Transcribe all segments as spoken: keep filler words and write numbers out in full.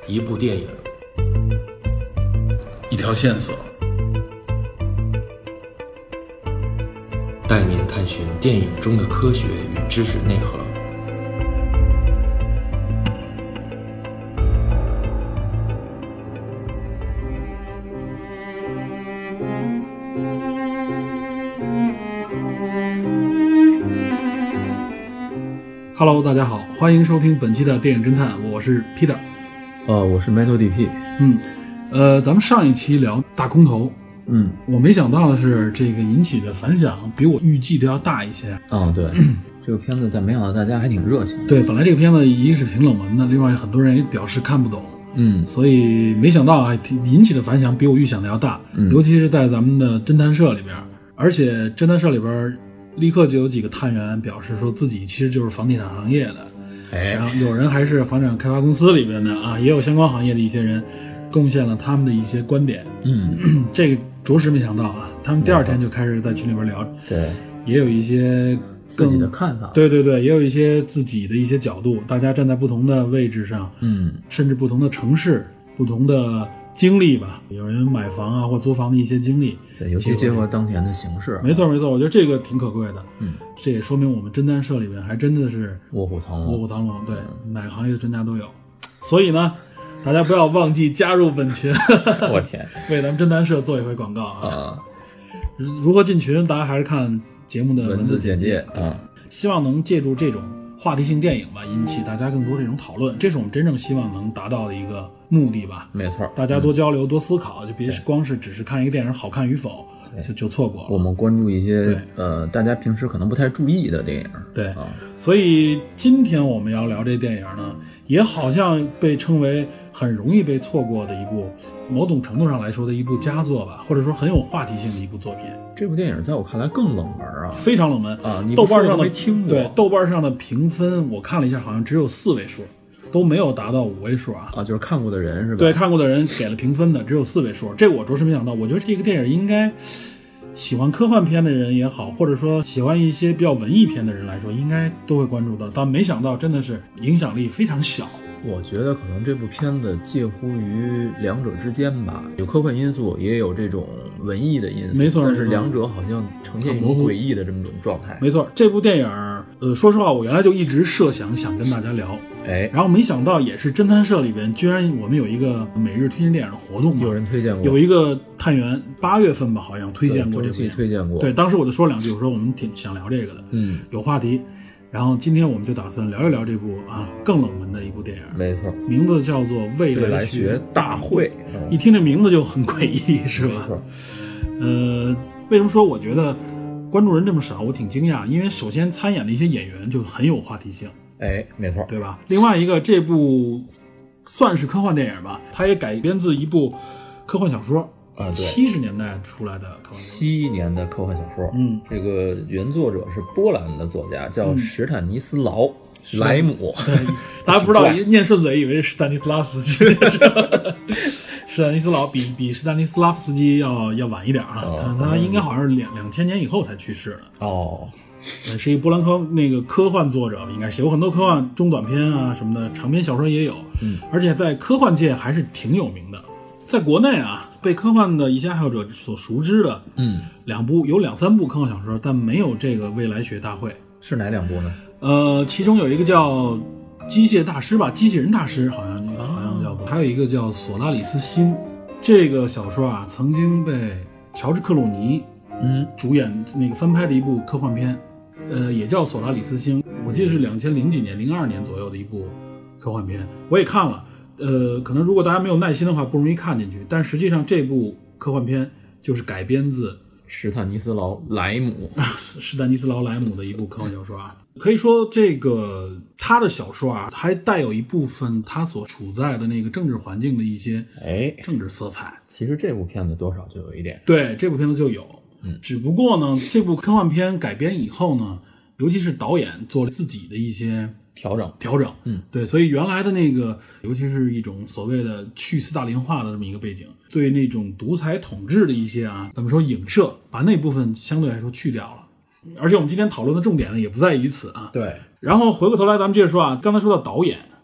一部电影， 一条线索， 带您探寻电影中的科学与知识内核。 Hello， 大家好，欢迎收听本期的电影侦探，我是 Peter。 呃，我是 Metal D P。 嗯，呃，咱们上一期聊大空头， 嗯， 我没想到的是，这个引起的反响比我预计的要大一些。 嗯，对，这个片子但没想到大家还挺热情。 对，本来这个片子一个是挺冷门的，另外很多人也表示看不懂。 嗯， 所以没想到啊，引起的反响比我预想的要大， 嗯， 尤其是在咱们的侦探社里边，而且侦探社里边立刻就有几个探员表示说自己其实就是房地产行业的。 哎， 然后有人还是房产开发公司里边的啊，也有相关行业的一些人贡献了他们的一些观点。 嗯， 这个着实没想到啊，他们第二天就开始在群里边聊， 对， 也有一些自己的看法， 对对对，也有一些自己的一些角度，大家站在不同的位置上， 嗯， 甚至不同的城市、不同的经历吧，有人买房啊或租房的一些经历， 对，尤其结合当前的形势， 没错没错，我觉得这个挺可贵的。 嗯， 这也说明我们侦探社里面还真的是卧虎藏龙， 卧虎藏龙，对，哪个行业的专家都有。所以呢，大家不要忘记加入本群。 我天， 为咱们侦探社做一回广告啊！ 啊， 如何进群，大家还是看节目的文字简介啊。 希望能借助这种话题性电影吧，引起大家更多这种讨论，这是我们真正希望能达到的一个目的吧。 没错， 大家多交流、嗯、多思考，就别光是只是看一个电影好看与否，就就错过了。 我们关注一些呃大家平时可能不太注意的电影。 对啊， 所以今天我们要聊这电影呢，也好像被称为很容易被错过的一部，某种程度上来说的一部佳作吧，或者说很有话题性的一部作品。 这部电影在我看来更冷门啊， 非常冷门啊！你豆瓣上的没听过？ 对，豆瓣上的评分我看了一下，好像只有四位数，都没有达到五位数啊！ 啊，就是看过的人是吧？ 对，看过的人给了评分的只有四位数，这我着实没想到。我觉得这个电影应该喜欢科幻片的人也好，或者说喜欢一些比较文艺片的人来说，应该都会关注到，但没想到真的是影响力非常小。 我觉得可能这部片子介乎于两者之间吧，有科幻因素，也有这种文艺的因素， 没错。 但是两者好像呈现一种诡异的这么种状态。 没错，这部电影，呃，说实话，我原来就一直设想想跟大家聊， 哎， 然后没想到也是侦探社里边，居然我们有一个每日推荐电影的活动， 有人推荐过， 有一个探员八月份吧，好像推荐过这部电影， 推荐过。 对，当时我就说两句，我说我们挺想聊这个的， 嗯， 有话题。然后今天我们就打算聊一聊这部啊更冷门的一部电影， 没错， 名字叫做《未来学大会》。 嗯、一听这名字就很诡异，是吧？ 没错。 呃，为什么说我觉得关注人这么少？我挺惊讶，因为首先参演的一些演员就很有话题性， 哎，没错， 对吧？另外一个，这部算是科幻电影吧，它也改编自一部科幻小说。 啊，对， 七十年代出来的科幻小说， 七年的科幻小说， 嗯， 这个原作者是波兰的作家，叫史坦尼斯劳·莱姆。 对，大家不知道念顺嘴以为是史坦尼斯拉夫斯基，史坦尼斯劳比比史坦尼斯拉夫斯基要要晚一点啊， 哦、 他应该好像是两两千年以后才去世的。 哦， 是一波兰科那个科幻作者，应该写过很多科幻中短篇啊什么的，长篇小说也有， 嗯， 而且在科幻界还是挺有名的。在国内啊，被科幻的一些爱好者所熟知的， 嗯， 两部有两三部科幻小说，但没有这个未来学大会。 是哪两部呢？ 呃，其中有一个叫机械大师吧，机器人大师好像好像叫做，还有一个叫索拉里斯星。这个小说啊，曾经被乔治克鲁尼嗯主演那个翻拍的一部科幻片，呃，也叫索拉里斯星，我记得是两千零几年、零二年左右的一部科幻片，我也看了。呃，可能如果大家没有耐心的话，不容易看进去。但实际上，这部科幻片就是改编自史坦尼斯劳·莱姆， 史坦尼斯劳·莱姆的一部科幻小说啊。可以说，这个他的小说啊，还带有一部分他所处在的那个政治环境的一些哎政治色彩。 其实这部片子多少就有一点， 对，这部片子就有。 嗯， 只不过呢，这部科幻片改编以后呢，尤其是导演做了自己的一些调整调整， 嗯， 对，所以原来的那个，尤其是一种所谓的去斯大林化的这么一个背景，对那种独裁统治的一些啊，怎么说影射，把那部分相对来说去掉了。而且我们今天讨论的重点呢，也不在于此啊。 对。 然后回过头来，咱们接着说啊，刚才说到导演，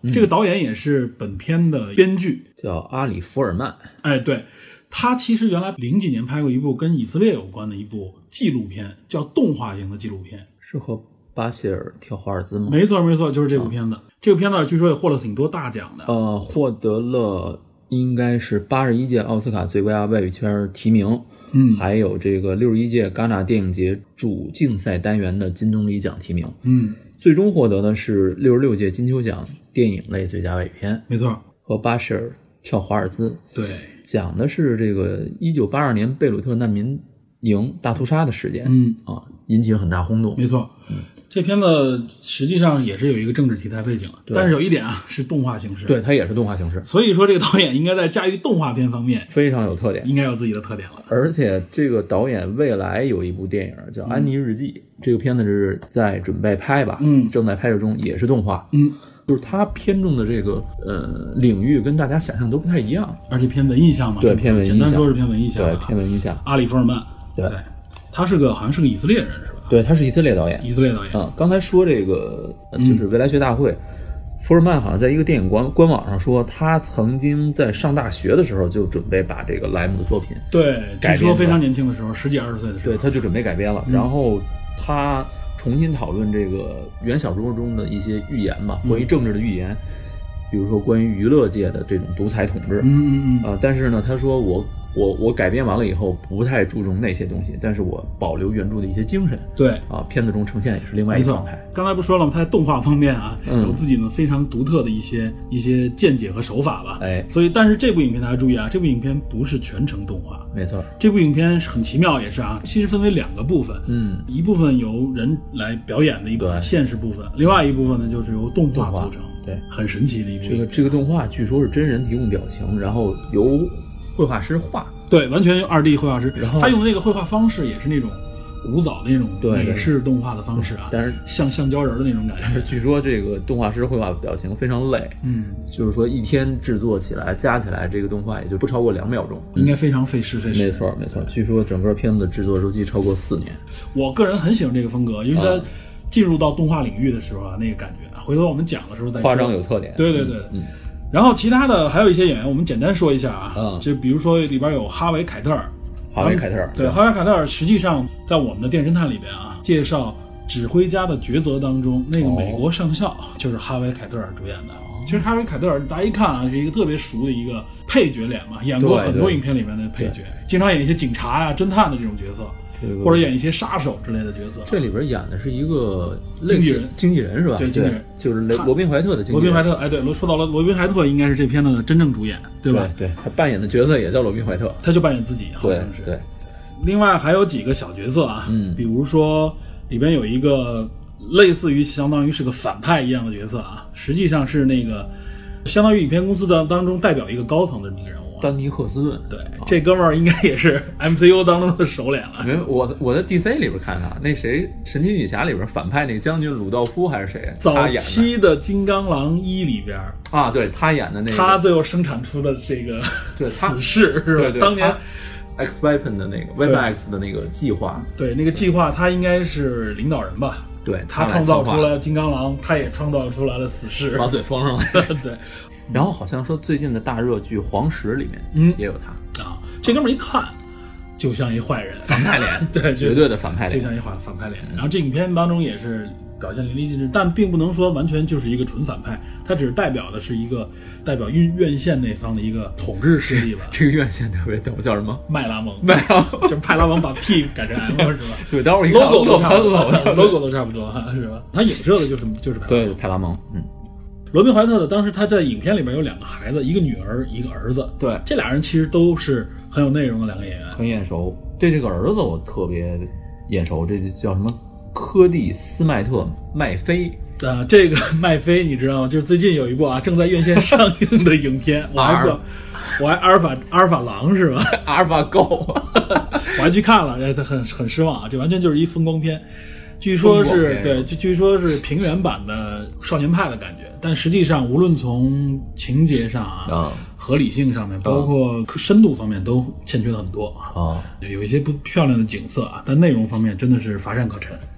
这个导演也是本片的编剧， 叫阿里·福尔曼。 哎，对，他其实原来零几年拍过一部跟以色列有关的一部纪录片，叫动画型的纪录片， 是和巴谢尔跳华尔兹吗？ 没错没错，就是这部片子。啊、这部片子据说也获了挺多大奖的， 呃，获得了应该是八十一届奥斯卡最佳外语片提名， 嗯， 还有这个六十一届戛纳电影节主竞赛单元的金棕榈奖提名， 嗯， 最终获得的是六十六届金球奖电影类最佳外语片， 没错， 和巴谢尔跳华尔兹。 对， 讲的是这个一九八二年贝鲁特难民营大屠杀的事件， 嗯啊，引起了很大轰动。 没错， 嗯， 这片子实际上也是有一个政治题材背景的，但是有一点啊，是动画形式， 对，它也是动画形式， 所以说这个导演应该在驾驭动画片方面非常有特点， 应该有自己的特点了。 而且这个导演未来有一部电影叫《安妮日记》，嗯，这个片子是在准备拍吧， 嗯， 正在拍摄中，也是动画， 嗯。 就是他偏重的这个呃领域跟大家想象都不太一样， 而且偏文艺向嘛， 对，偏文艺向， 简单说是偏文艺向， 对，偏文艺向。 阿里·福尔曼， 对， 对他是个好像是个以色列人是吧？ 对，他是以色列导演， 以色列导演。 嗯，刚才说这个就是未来学大会，嗯，福尔曼好像在一个电影官官网上说，他曾经在上大学的时候就准备把这个莱姆的作品对， 改编， 据说非常年轻的时候，十几二十岁的时候， 对，他就准备改编了，嗯，然后他重新讨论这个原小说中的一些预言吧，关于政治的预言，嗯，比如说关于娱乐界的这种独裁统治， 嗯嗯嗯， 呃，但是呢，他说我我我改编完了以后不太注重那些东西，但是我保留原著的一些精神， 对啊，片子中呈现也是另外一个状态。 刚才不说了吗？他在动画方面啊， 嗯， 有自己的非常独特的一些一些见解和手法吧， 哎， 所以但是这部影片大家注意啊，这部影片不是全程动画， 没错， 这部影片很奇妙，也是啊，其实分为两个部分， 嗯， 一部分由人来表演的一部分现实部分，另外一部分呢就是由动画组成， 对， 很神奇的一部。 这个这个动画据说是真人提供表情，然后由绘画师画， 对，完全用二 D 绘画师， 然后他用的那个绘画方式也是那种古早的那种美式动画的方式啊， 但是像橡胶人的那种感觉。 但是据说这个动画师绘画表情非常累， 嗯， 就是说一天制作起来加起来这个动画也就不超过两秒钟， 应该非常费时费时。 没错没错，据说整个片子制作周期超过四年。 我个人很喜欢这个风格，因为它进入到动画领域的时候啊，那个感觉啊，回头我们讲的时候再说。 夸张有特点。 对对对， 嗯。嗯， 然后其他的还有一些演员，我们简单说一下啊， 嗯， 就比如说里边有哈维·凯特尔。 哈维·凯特尔， 对，哈维·凯特尔实际上在我们的电侦探里边啊，介绍指挥家的抉择当中，那个美国上校就是哈维·凯特尔主演的。哦，其实哈维·凯特尔大家一看啊，是一个特别熟的一个配角脸嘛，演过很多影片里面的配角，经常演一些警察呀、侦探的这种角色。或者演一些杀手之类的角色， 这里边演的是一个经纪人， 经纪人是吧？ 对，经纪人就是罗宾怀特的经纪人。 罗宾怀特，哎，对，说到了罗宾怀特，应该是这片子的真正主演，对吧？ 对，对，他扮演的角色也叫罗宾怀特， 他就扮演自己，好像是。 对，对。 另外还有几个小角色啊， 嗯， 比如说里边有一个类似于相当于是个反派一样的角色啊，实际上是那个相当于影片公司的当中代表一个高层的这么一个人物。 丹尼赫斯顿， 对，哦，这哥们儿应该也是 M C U 当中的首脸了。 没有，我我在 D C 里边看他，那谁神奇女侠里边反派那个将军鲁道夫还是谁？ 早期的金刚狼一里边啊，对他演的那个， 他最后生产出的这个对死士是吧？ 对对， 当年 X Weapon 的那个 Weapon X 的那个计划， 对那个计划，他应该是领导人吧？ 对， 他创造出了金刚狼，他也创造出来了死士， 把嘴封上了。 对。 然后好像说最近的大热剧《黄石》里面， 嗯， 也有他啊。这哥们儿一看就像一坏人， 反派脸， 对， 绝对的反派脸， 就像一反反派脸。然后这影片当中也是表现淋漓尽致，但并不能说完全就是一个纯反派，他只是代表的是一个代表院院线那方的一个统治势力吧。 这个院线特别逗，叫什么？ 麦拉蒙， 麦拉蒙， 就是派拉蒙把 P 改成 M 是吧？ 对，待会儿一看 logo 都差不多 ，logo 都差不多是吧？他影射的就是就是派拉蒙， 对，派拉蒙，嗯。 罗宾怀特的当时他在影片里面有两个孩子，一个女儿，一个儿子。 对， 这俩人其实都是很有内容的两个演员， 很眼熟。对这个儿子我特别眼熟，这叫什么？科蒂斯麦特麦菲。 呃，这个麦菲你知道吗？就是最近有一部啊正在院线上映的影片，我还做，我还阿尔法阿尔法狼是吧？ 阿尔法狗， 我还去看了，他很很失望啊，这完全就是一风光片。据说是对，据据说是平原版的少年派的感觉，但实际上无论从情节上啊、 嗯、 合理性上面，包括深度方面都欠缺的很多啊、 嗯。有一些不漂亮的景色啊，但内容方面真的是乏善可陈。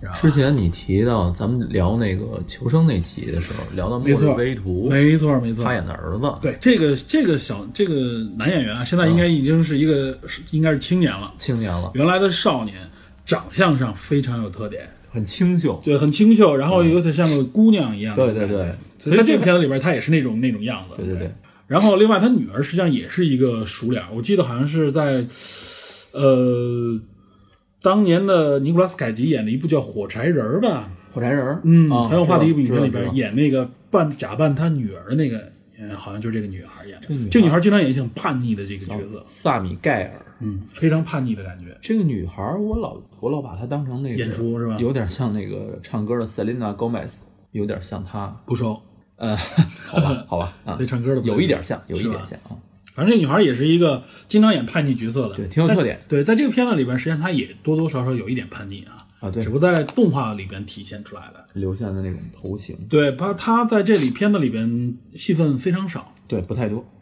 之前你提到咱们聊那个求生那集的时候，聊到末日危途， 没错没错， 他演的儿子， 对这个这个小这个男演员啊，现在应该已经是一个、嗯、应该是青年了， 青年了， 原来的少年，长相上非常有特点， 很清秀， 对，很清秀，然后有点像个姑娘一样、嗯， 对对对， 所以在这个片子里边，他也是那种那种样子， 对对对。 然后另外他女儿实际上也是一个熟脸，我记得好像是在，呃。当年的尼古拉斯凯奇演的一部叫《火柴人》吧， 火柴人， 嗯， 哦、 很有话题一部影片里边演那个扮假扮他女儿的那个，嗯，好像就是这个女孩演的。这女孩，这女孩经常演一些很叛逆的这个角色， 萨米盖尔， 嗯，非常叛逆的感觉。 这个女孩，我老我老把她当成那个演出是吧？ 有点像那个唱歌的 Selena Gomez， 有点像她。 不熟， 呃，好吧，好吧，啊， 对唱歌的有一点像，有一点像啊。 反正这个女孩也是一个经常演叛逆角色的， 对，挺有特点。 对，在这个片子里边，实际上她也多多少少有一点叛逆啊， 啊，对， 只不过在动画里边体现出来的， 留下的那种头型。 对，她她在这里片子里边戏份非常少， 对，不太多。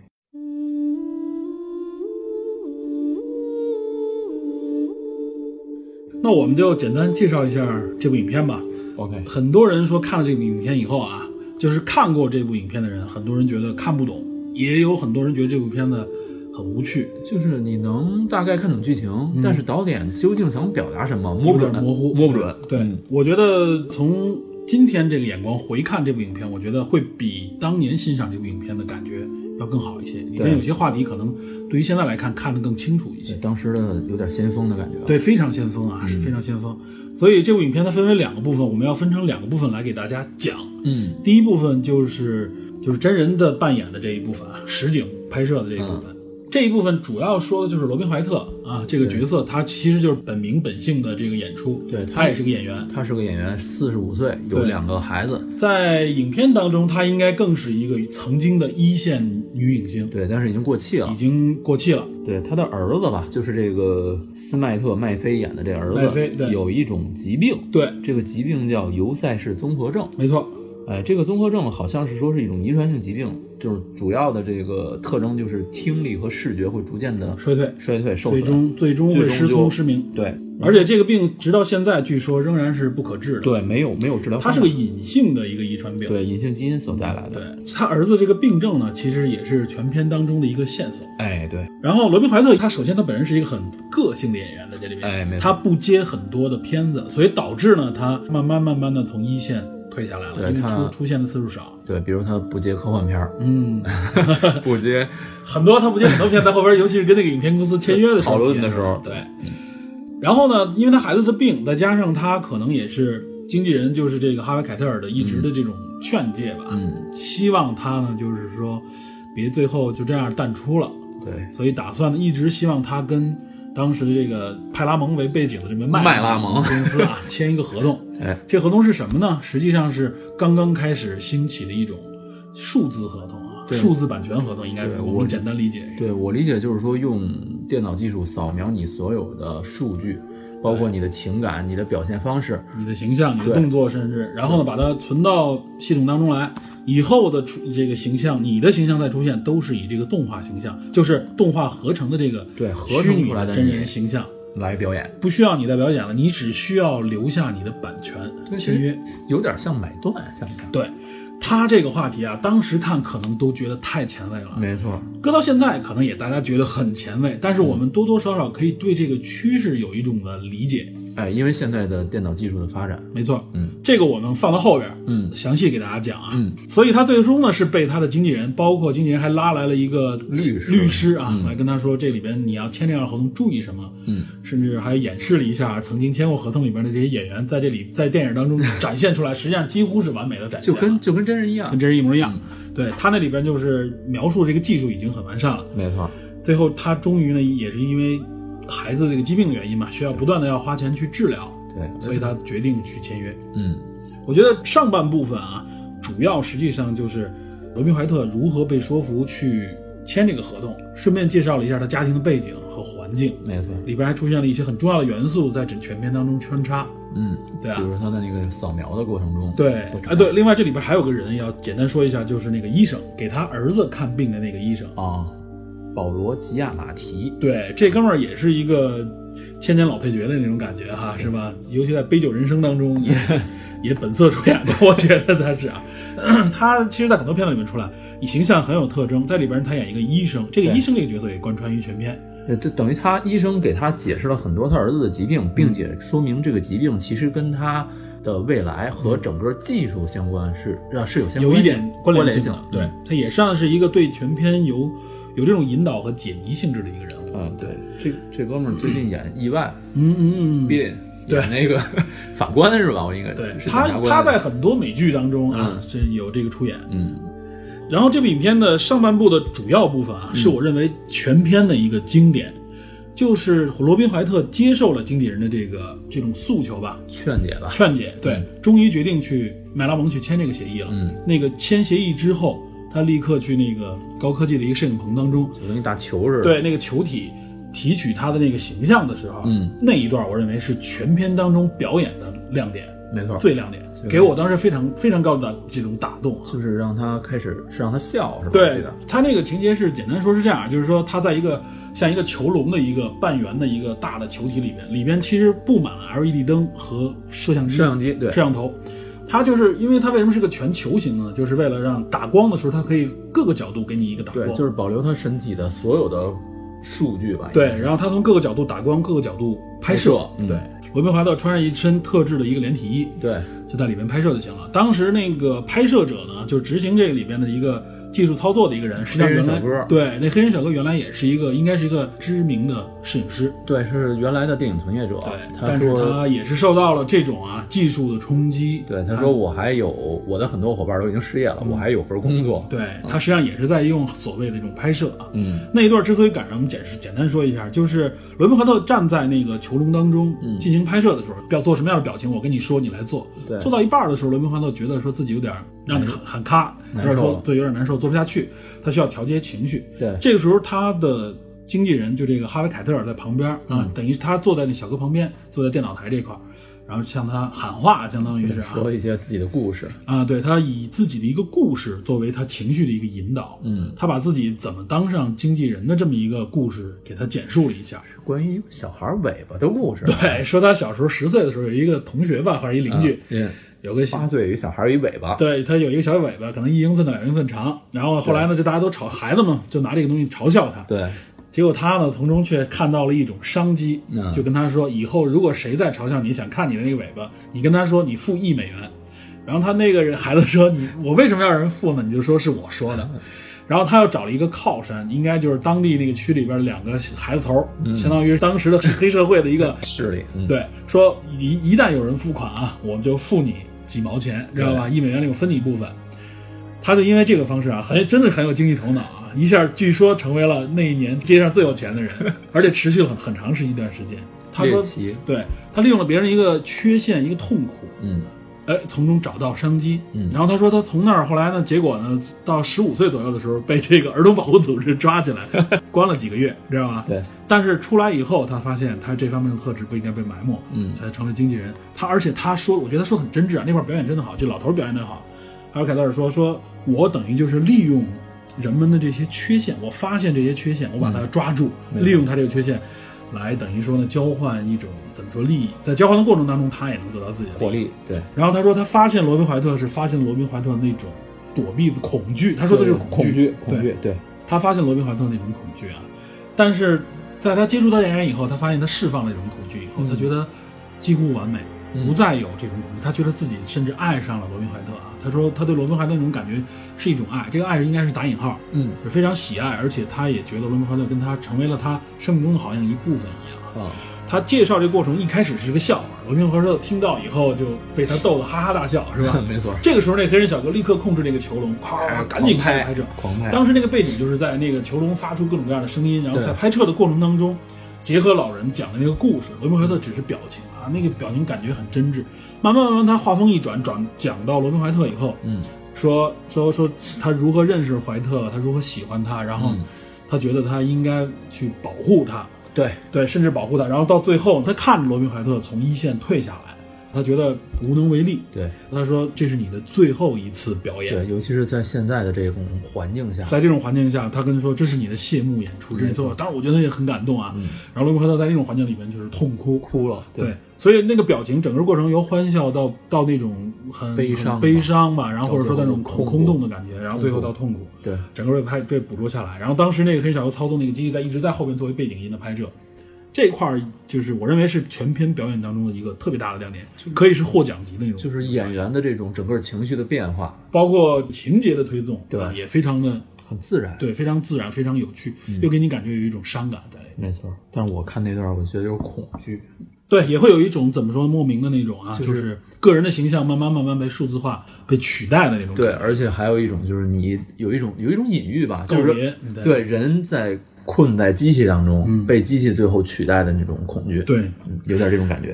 那我们就简单介绍一下这部影片吧。 OK， 很多人说看了这部影片以后啊，就是看过这部影片的人，很多人觉得看不懂。也有很多人觉得这部片子很无趣， 就是你能大概看懂剧情、嗯，但是导演究竟想表达什么，摸不准， 模糊， 摸不准。 对，嗯、我觉得从今天这个眼光回看这部影片，我觉得会比当年欣赏这部影片的感觉要更好一些。里面有些话题可能对于现在来看看得更清楚一些。 当时的有点先锋的感觉。 对，非常先锋啊，是非常先锋。嗯、所以这部影片它分为两个部分，我们要分成两个部分来给大家讲。 嗯， 第一部分就是。就是真人的扮演的这一部分啊，实景拍摄的这一部分、嗯，这一部分主要说的就是罗宾怀特啊这个角色，他其实就是本名本姓的这个演出， 对， 他也是个演员， 他是个演员，四十五岁，有两个孩子， 在影片当中，他应该更是一个曾经的一线女影星， 对，但是已经过气了， 已经过气了。 对，他的儿子吧，就是这个斯麦特麦菲演的这儿子， 麦菲对有一种疾病， 对， 这个疾病叫尤塞氏综合症， 没错。 哎，这个综合症好像是说是一种遗传性疾病，就是主要的这个特征就是听力和视觉会逐渐的衰退、 衰退、受损，最终最终会失聪失明。 对， 而且这个病直到现在据说仍然是不可治的。 对，没有没有治疗方法。 它是个隐性的一个遗传病， 对，隐性基因所带来的。 对，他儿子这个病症呢，其实也是全片当中的一个线索。 哎，对。 然后罗宾怀特他首先他本人是一个很个性的演员，在这里边， 哎，没错， 他不接很多的片子，所以导致呢他慢慢慢慢的从一线退下来了，因为出出现的次数少。 对，比如他不接科幻片儿， 嗯， 不接很多，他不接很多片，在后边，尤其是跟那个影片公司签约的时候讨论的时候， 对。然后呢，因为他孩子的病，再加上他可能也是经纪人，就是这个哈维凯特尔的一直的这种劝诫吧， 嗯， 希望他呢，就是说别最后就这样淡出了。 对， 所以打算呢，一直希望他跟当时的这个派拉蒙为背景的这个麦麦拉蒙公司啊签一个合同。 哎， 这合同是什么呢？实际上是刚刚开始兴起的一种数字合同啊，数字版权合同，应该我们简单理解。 对，我理解就是说用电脑技术扫描你所有的数据，包括你的情感、你的表现方式、 你的形象、你的动作，甚至然后呢把它存到系统当中来。以后的出这个形象，你的形象再出现，都是以这个动画形象，就是动画合成的这个对合成出来的真人形象来表演， 不需要你再表演了，你只需要留下你的版权签约， 有点像买断，像不像？ 对，他这个话题啊，当时看可能都觉得太前卫了， 没错， 搁到现在可能也大家觉得很前卫，但是我们多多少少可以对这个趋势有一种的理解。 哎，因为现在的电脑技术的发展， 没错， 嗯， 这个我们放到后边， 嗯， 详细给大家讲啊， 嗯， 所以他最终呢是被他的经纪人，包括经纪人还拉来了一个律师， 律师啊， 嗯、 来跟他说这里边你要签这样的合同注意什么， 嗯， 甚至还演示了一下曾经签过合同里边的这些演员在这里在电影当中展现出来，实际上几乎是完美的展现， 就跟就跟真人一样， 跟真人一模一样。嗯、对他那里边就是描述这个技术已经很完善了， 没错。 最后他终于呢也是因为孩子这个疾病的原因嘛，需要不断的要花钱去治疗。 对， 所以他决定去签约。 嗯， 我觉得上半部分啊，主要实际上就是罗宾怀特如何被说服去签这个合同，顺便介绍了一下他家庭的背景和环境。 没错， 里边还出现了一些很重要的元素在整全片当中穿插。 嗯， 对啊， 比如他的那个扫描的过程中。 对，哎对，另外这里边还有个人要简单说一下，就是那个医生给他儿子看病的那个医生啊。保罗·吉亚马提， 对，这哥们儿也是一个千年老配角的那种感觉哈，是吧？尤其在《杯酒人生》当中也也本色出演过，我觉得他是啊。他其实，在很多片子里面出来，以形象很有特征，在里边他演一个医生，这个医生这个角色也贯穿于全片。 这等于他医生给他解释了很多他儿子的疾病，并且说明这个疾病其实跟他的未来和整个技术相关是啊是有相关有一点关联性的。对，他也算是一个对全片有有这种引导和解谜性质的一个人物。 嗯，对，这这哥们儿最近演意外， 嗯嗯嗯， 演那个法官是吧？我应该对他他在很多美剧当中啊，这、嗯、有这个出演。 嗯。 然后这部影片的上半部的主要部分啊， 嗯、 是我认为全片的一个经典，就是罗宾怀特接受了经纪人的这个这种诉求吧， 劝解吧， 劝解，对，嗯、终于决定去麦拉蒙去签这个协议了。 嗯， 那个签协议之后，他立刻去那个高科技的一个摄影棚当中， 就跟一大球似的， 对，那个球体提取他的那个形象的时候， 嗯， 那一段我认为是全片当中表演的亮点， 没错， 最亮点。给我当时非常非常高的这种打动、啊， 就是让他开始是让他笑，是吧？ 对，他那个情节是简单说是这样，就是说他在一个像一个球笼的一个半圆的一个大的球体里边，里边其实布满了 L E D 灯和摄像机、 摄像机对摄像头。它就是因为它为什么是个全球形呢？就是为了让打光的时候，它可以各个角度给你一个打光， 对，就是保留他身体的所有的数据吧。 对，然后他从各个角度打光，各个角度拍摄。 拍摄嗯、 对，罗宾怀特穿上一身特制的一个连体衣， 对， 就在里边拍摄就行了。当时那个拍摄者呢，就执行这个里边的一个技术操作的一个人，实际上原来对那黑人小哥原来也是一个应该是一个知名的摄影师， 对，是原来的电影从业者。 对， 他但是他也是受到了这种啊技术的冲击。 对，他说我还有我的很多伙伴都已经失业了，嗯、我还有份工作。 对，他实际上也是在用所谓的这种拍摄啊。 嗯， 那一段之所以赶上，我们简简单说一下，就是罗宾怀特站在那个球笼当中进行拍摄的时候，要做什么样的表情，我跟你说，你来做。 对， 做到一半的时候，罗宾怀特觉得说自己有点让你喊喊咔，有点说对，有点难受，做不下去。他需要调节情绪， 对， 这个时候他的经纪人就这个哈维凯特尔在旁边啊、 嗯， 等于他坐在那小哥旁边，坐在电脑台这块，然后向他喊话，相当于是、啊、 说一些自己的故事啊，对，他以自己的一个故事作为他情绪的一个引导， 嗯， 他把自己怎么当上经纪人的这么一个故事给他简述了一下， 是关于一个小孩尾巴的故事， 对，说他小时候十岁的时候有一个同学吧，或者一邻居。 嗯有个八岁有一小孩有一尾巴， 对，他有一个小尾巴，可能一英寸到两英寸长。然后后来呢，就大家都嘲孩子们就拿这个东西嘲笑他。 对， 结果他呢从中却看到了一种商机， 嗯、 就跟他说，以后如果谁再嘲笑你，想看你的那个尾巴，你跟他说你付一美元。然后他那个人孩子说，你我为什么要让人付呢？你就说是我说的。然后他又找了一个靠山，应该就是当地那个区里边两个孩子头， 嗯、 相当于当时的黑社会的一个势力。嗯、 对，说一一旦有人付款啊，我们就付你几毛钱，知道吧？一美元里我分你一部分。他就因为这个方式啊，很真的很有经济头脑啊，一下据说成为了那一年街上最有钱的人，而且持续了很很长时一段时间。他说，对，他利用了别人一个缺陷，一个痛苦， 嗯， 哎，从中找到商机。 嗯， 然后他说他从那儿后来呢，结果呢，到十五岁左右的时候被这个儿童保护组织抓起来，关了几个月，知道吧？ 对。 但是出来以后，他发现他这方面的特质不应该被埋没， 嗯， 才成了经纪人。他而且他说，我觉得他说很真挚啊，那块表演真的好，这老头表演得好。还有凯特尔说，说我等于就是利用人们的这些缺陷，我发现这些缺陷，我把它抓住， 嗯、 利用他这个缺陷。来等于说呢，交换一种怎么说利益，在交换的过程当中，他也能得到自己的获利。对。 然后他说，他发现罗宾怀特是发现罗宾怀特那种躲避的恐惧，他说的是恐惧，恐惧。对。 他发现罗宾怀特那种恐惧啊，但是在他接触到演员以后，他发现他释放了这种恐惧以后， 嗯、 他觉得几乎完美， 嗯、 不再有这种恐惧，他觉得自己甚至爱上了罗宾怀特啊。他说他对罗宾怀特那种感觉是一种爱，这个爱应该是打引号， 嗯， 是非常喜爱，而且他也觉得罗宾怀特跟他成为了他生命中的好像一部分一样啊。 他介绍这个过程一开始是个笑话，罗宾怀特听到以后就被他逗得哈哈大笑，是吧？ 没错。 这个时候那黑人小哥立刻控制这个球笼，咵，赶紧开拍摄， 狂拍。 当时那个背景就是在那个球笼发出各种各样的声音，然后在拍摄的过程当中，结合老人讲的那个故事，罗宾怀特只是表情啊，那个表情感觉很真挚。慢慢慢慢，他话锋一转，转讲到罗宾怀特以后， 嗯。 说说说他如何认识怀特，他如何喜欢他，然后他觉得他应该去保护他， 对对，甚至保护他。然后到最后，他看着罗宾怀特从一线退下来， 他觉得无能为力。 对， 他说这是你的最后一次表演。 对，尤其是在现在的这种环境下， 在这种环境下，他跟他说这是你的谢幕演出，这是最后。当然，我觉得也很感动啊。嗯、然后罗宾怀特在那种环境里面就是痛哭哭了，对。 对，所以那个表情，整个过程由欢笑到到那种很悲伤悲伤吧，然后或者说那种空空洞的感觉，然后最后到痛苦。 对， 整个被拍被捕捉下来。然后当时那个黑小游操纵那个机器在一直在后边作为背景音的拍摄。这块就是我认为是全片表演当中的一个特别大的亮点，可以是获奖级的那种， 就是演员的这种整个情绪的变化， 包括情节的推动， 对， 也非常的很自然， 对，非常自然，非常有趣，嗯、又给你感觉有一种伤感在里面。 没错，但是我看那段，我觉得有恐惧， 对，也会有一种怎么说莫名的那种啊， 就是、 就是个人的形象慢慢慢慢被数字化、被取代的那种感觉。 对，而且还有一种就是你有一种有一种隐喻吧，就是别对人在。困在机器当中、嗯、被机器最后取代的那种恐惧， 对、 嗯，有点这种感觉。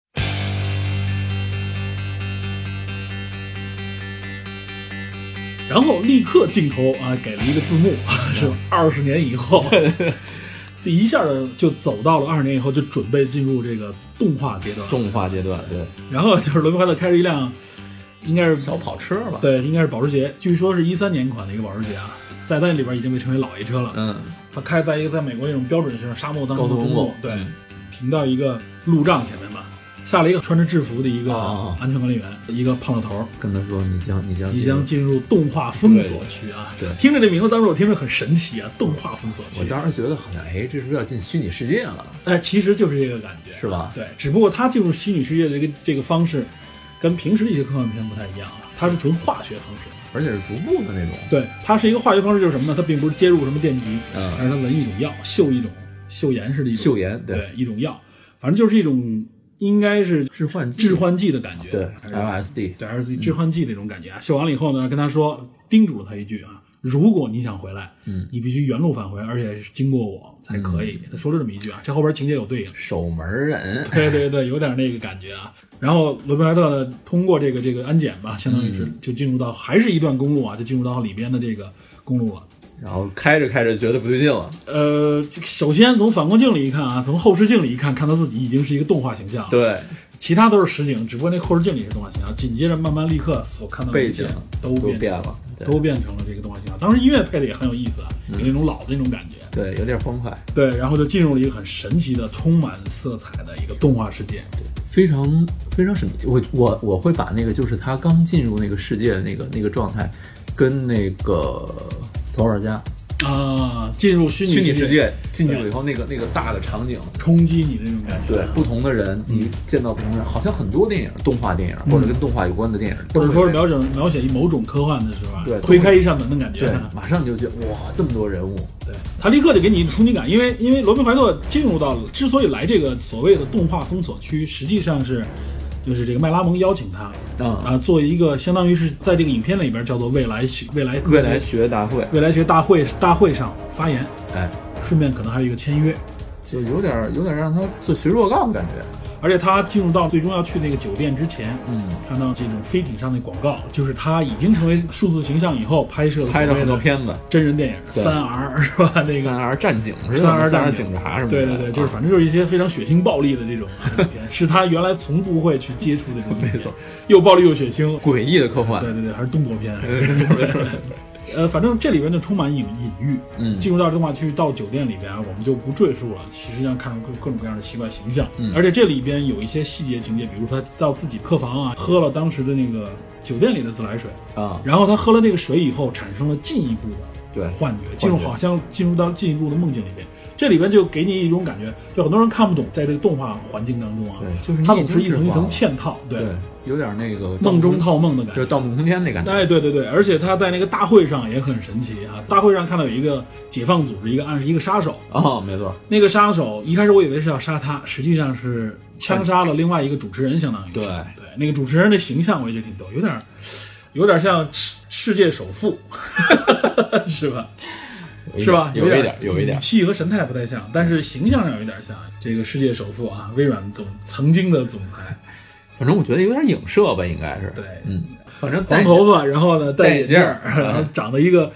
然后立刻镜头啊给了一个字幕，是二十年以后，这一下就走到了二十年以后，就准备进入这个动画阶段。 动画阶段，对。 然后就是罗宾怀特开着一辆，应该是小跑车吧？ 对，应该是保时捷，据说是一三年款的一个保时捷啊，在那里边已经被称为老爷车了。 嗯。 他开在一个在美国那种标准是沙漠当中的公路，对， 嗯、 停到一个路障前面吧，下来一个穿着制服的一个安全管理员，哦、一个胖老头， 跟他说：“你将你将你将进入动画封锁区啊！” 对，对听着这名字，当时我听着很神奇啊，动画封锁区。 我当时觉得好像，哎，这是不是要进虚拟世界了？ 哎，其实就是这个感觉， 是吧？ 对，只不过他进入虚拟世界的这个这个方式，跟平时的一些科幻片不太一样啊，它是纯化学方式。 而且是逐步的那种， 对，它是一个化学方式，就是什么呢？它并不是接入什么电极， 嗯， 而是它闻一种药，嗅一种嗅盐似的一种嗅盐， 对， 对， 一种药，反正就是一种应该是致幻剂， 致幻剂的感觉， 对 ，L S D， 对 ，L S D 致幻剂那种感觉啊。嗅完了以后呢，跟他说，叮嘱了他一句啊，如果你想回来， 嗯， 你必须原路返回，而且是经过我才可以。他说了这么一句啊，这后边情节有对应， 守门人， 对对对，有点那个感觉啊。然后罗宾怀特呢，通过这个这个安检吧，相当于是就进入到、嗯、还是一段公路啊，就进入到里边的这个公路了。 然后开着开着觉得不对劲了。 呃，首先从反光镜里一看啊，从后视镜里一看，看到自己已经是一个动画形象了。 对， 其他都是实景，只不过那后视镜里是动画形象。紧接着慢慢立刻所看到的背景都变都变了， 都变成了这个动画形象。当时音乐配的也很有意思啊，有那种老的那种感觉。 对，有点欢快。 对，然后就进入了一个很神奇的、充满色彩的一个动画世界。 对，非常非常神秘。我我我会把那个就是他刚进入那个世界的那个那个状态，跟那个头号玩家啊，进入虚拟虚拟世界进去了以后，那个那个大的场景冲击你的那种感觉。 对，不同的人，你见到不同的人，好像很多电影，动画电影或者跟动画有关的电影， 或者说是描写描写某种科幻的时候， 对， 推开一扇门的感觉， 对，马上你就觉得哇，这么多人物， 对，他立刻就给你一种冲击感，因为因为罗宾怀特进入到了，之所以来这个所谓的动画封锁区，实际上是。就是这个麦拉蒙邀请他啊、 嗯、 啊，做一个相当于是在这个影片里边叫做未来未来未来学大会未来学大会大会上发言， 哎， 顺便可能还有一个签约， 就有点有点让他做学术报告的感觉。 而且他进入到最终要去那个酒店之前， 嗯， 看到这种飞艇上的广告，就是他已经成为数字形象以后拍摄的拍的很多片子， 真人电影三 R 是吧？那个三 R 战警是三 R 战警察什么的， 对对对，就是反正就是一些非常血腥暴力的这种片，是他原来从不会去接触的这种， 没错， 又暴力又血腥， 诡异的科幻， 对对对，还是动作片。呃，反正这里边就充满隐隐喻。 嗯， 进入到动画区，到酒店里边，我们就不赘述了。实际上看出各种各样的奇怪形象。 嗯， 而且这里边有一些细节情节，比如他到自己客房啊，喝了当时的那个酒店里的自来水啊， 然后他喝了那个水以后，产生了进一步的对幻觉，进入好像进入到进一步的梦境里边。这里边就给你一种感觉，就很多人看不懂，在这个动画环境当中啊， 对，就是它总是一层一层嵌套，对， 对有点那个梦中套梦的感觉， 就是《盗梦空间》那感觉。 哎，对对对，而且他在那个大会上也很神奇啊！大会上看到有一个解放组织，一个暗示一个杀手哦，没错， 那个杀手一开始我以为是要杀他，实际上是枪杀了另外一个主持人，相当于对对，那个主持人的形象我也觉得挺逗，有点有点像世世界首富，是吧？是吧？ 有一点，有一点， 语气和神态不太像，但是形象上有一点像这个世界首富啊，微软总曾经的总裁。 反正我觉得有点影射吧，应该是。 对， 嗯，反正黄头发，然后呢戴眼镜， 嗯、 然后长得一个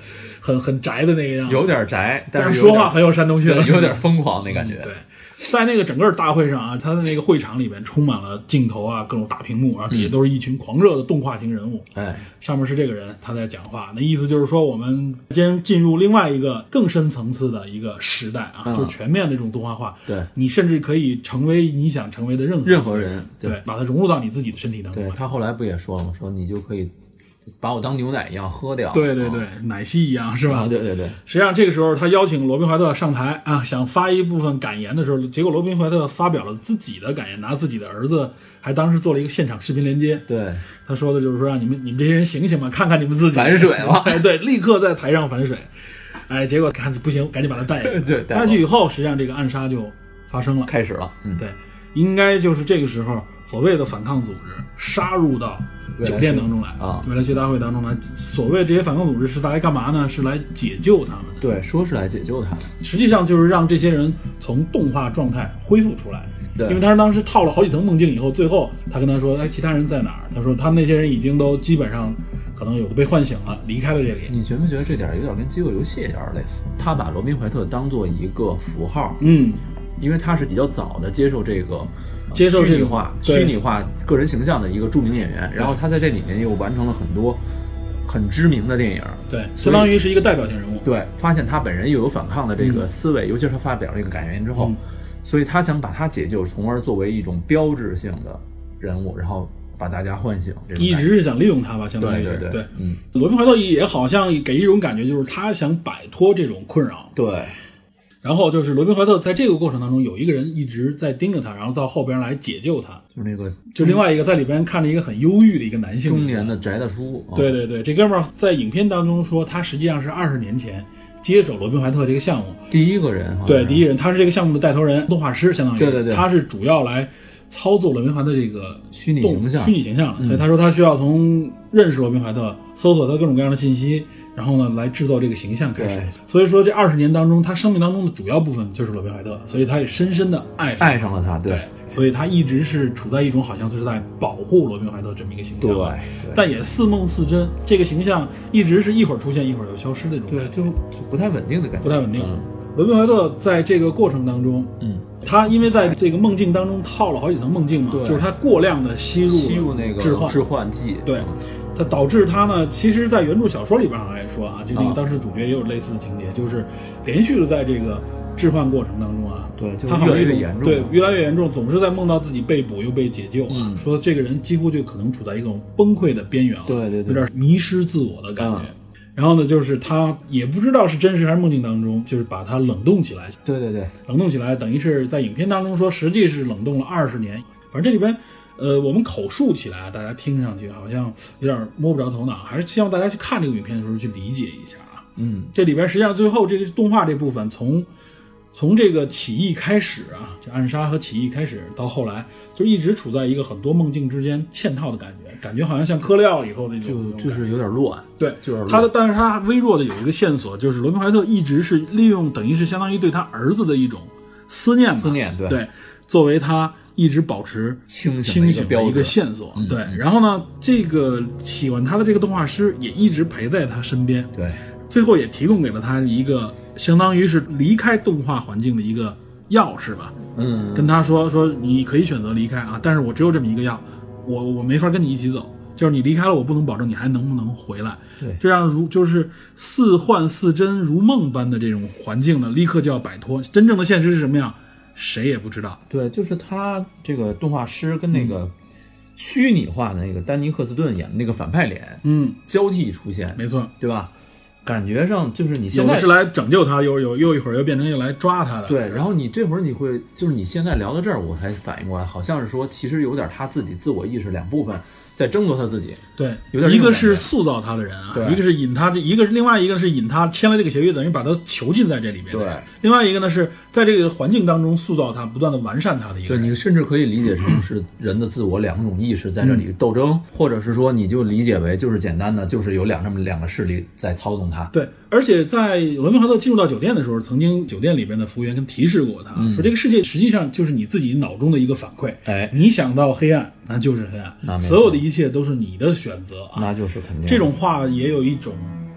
很很宅的那个样子， 有点宅，但是但是说话很有煽动性， 有点疯狂那感觉。 嗯、对。在那个整个大会上啊，他的那个会场里边充满了镜头啊，各种大屏幕，然后底下都是一群狂热的动画型人物。 哎、嗯， 上面是这个人他在讲话，那意思就是说我们先进入另外一个更深层次的一个时代啊，嗯、就是全面的这种动画化。 对， 你甚至可以成为你想成为的任何任何人， 对，对把它融入到你自己的身体当中。 对，他后来不也说了吗？说你就可以把我当牛奶一样喝掉， 对对对，哦、奶昔一样是吧、 啊？对对对。 实际上这个时候他邀请罗宾怀特上台啊，想发一部分感言的时候，结果罗宾怀特发表了自己的感言，拿自己的儿子还当时做了一个现场视频连接。 对， 他说的就是说让你们你们这些人醒醒吧，看看你们自己反水了。 哎，对，立刻在台上反水。哎，结果看不行，赶紧把他带下去。 对， 带下去以后，实际上这个暗杀就发生了， 开始了。 嗯，对，应该就是这个时候，所谓的反抗组织杀入到酒店当中来啊， 未来学大会当中来。所谓这些反抗组织是来干嘛呢？是来解救他们。 对，说是来解救他们， 实际上就是让这些人从动画状态恢复出来。 对， 因为他当时套了好几层梦境以后，最后他跟他说：“哎，其他人在哪儿？”他说：“他们那些人已经都基本上。”可能有的被唤醒了，离开了这里。 你觉不觉得这点有点跟饥饿游戏有点类似？他把罗宾怀特当做一个符号， 嗯， 因为他是比较早的接受这个接受虚拟化、虚拟化个人形象的一个著名演员，然后他在这里面又完成了很多很知名的电影， 对，相当于是一个代表性人物。 对，发现他本人又有反抗的这个思维，嗯、尤其是他发表这个感言之后，嗯、所以他想把他解救，从而作为一种标志性的人物，然后。把大家唤醒， 一直是想利用他吧，相当于是对对对, 对。 嗯， 罗宾怀特也好像给一种感觉，就是他想摆脱这种困扰。 对。 然后就是罗宾怀特在这个过程当中，有一个人一直在盯着他，然后到后边来解救他。 就是那个， 就另外一个在里边看着一个很忧郁的一个男性， 中年的宅大叔。 哦、对对对，这哥们儿在影片当中说，他实际上是二十年前接手罗宾怀特这个项目第一个人。 对，第一人，他是这个项目的带头人，动画师，相当于。 对对对， 他是主要来。操作罗宾怀特这个虚拟形象， 虚拟形象， 嗯、 所以他说他需要从认识罗宾怀特、搜索他各种各样的信息，然后呢来制作这个形象开始。所以说这二十年当中，他生命当中的主要部分就是罗宾怀特，所以他也深深的爱上爱上了他。对， 对所以他一直是处在一种好像是在保护罗宾怀特这么一个形象。 对，对但也似梦似真，这个形象一直是一会儿出现一会儿又消失的这种感觉， 对，就就不太稳定的感觉， 不太稳定。 嗯罗宾怀特在这个过程当中， 嗯， 他因为在这个梦境当中套了好几层梦境嘛，就是他过量的吸入吸入那个致幻致幻剂， 对，它导致他呢，其实，在原著小说里边好像也说啊，就那个当时主角也有类似的情节，啊、就是连续的在这个致幻过程当中啊， 对，就他好像越来越严重， 对，越来越严重，总是在梦到自己被捕又被解救啊， 嗯、 说这个人几乎就可能处在一种崩溃的边缘了， 对对对， 有点迷失自我的感觉。 嗯然后呢，就是他也不知道是真实还是梦境当中，就是把他冷冻起来。 对对对， 冷冻起来，等于是在影片当中说，实际是冷冻了二十年。反正这里边，呃，我们口述起来，大家听上去好像有点摸不着头脑，还是希望大家去看这个影片的时候去理解一下啊。 嗯， 这里边实际上最后这个动画这部分，从从这个起义开始啊，就暗杀和起义开始，到后来就一直处在一个很多梦境之间嵌套的感觉，感觉好像像嗑料以后那种， 就就是有点乱。 对， 就是他的，但是他微弱的有一个线索，就是罗宾怀特一直是利用，等于是相当于对他儿子的一种思念吧， 思念，对对，作为他一直保持清醒的的一个线索， 嗯、 对。然后呢，这个喜欢他的这个动画师也一直陪在他身边， 对， 最后也提供给了他一个相当于是离开动画环境的一个钥匙吧， 嗯， 跟他说说你可以选择离开啊，但是我只有这么一个钥，我我没法跟你一起走。就是你离开了，我不能保证你还能不能回来。 对， 这样如就是似幻似真、如梦般的这种环境呢，立刻就要摆脱。真正的现实是什么样，谁也不知道。 对，就是他这个动画师跟那个虚拟化的那个丹尼赫斯顿演的那个反派脸， 嗯， 交替出现， 没错， 对吧？感觉上就是你现在有的是来拯救他，又有又一会儿又变成又来抓他的。 对，然后你这会儿你会就是你现在聊到这儿，我才反应过来，好像是说其实有点他自己自我意识两部分。在争夺他自己， 对， 有点一个是塑造他的人啊，一个是引他，这一个是另外一个是引他签了这个协议，等于把他囚禁在这里面。 对， 另外一个呢是在这个环境当中塑造他，不断的完善他的一个人。 对，你甚至可以理解成是人的自我两种意识在这里斗争，嗯、或者是说你就理解为就是简单的就是有两这么两个势力在操纵他。 对，而且在罗宾怀特进入到酒店的时候，曾经酒店里边的服务员跟提示过他，嗯、说这个世界实际上就是你自己脑中的一个反馈。 哎， 你想到黑暗，那就是黑暗，所有的一切都是你的选择啊， 那就是肯定。 这种话也有一种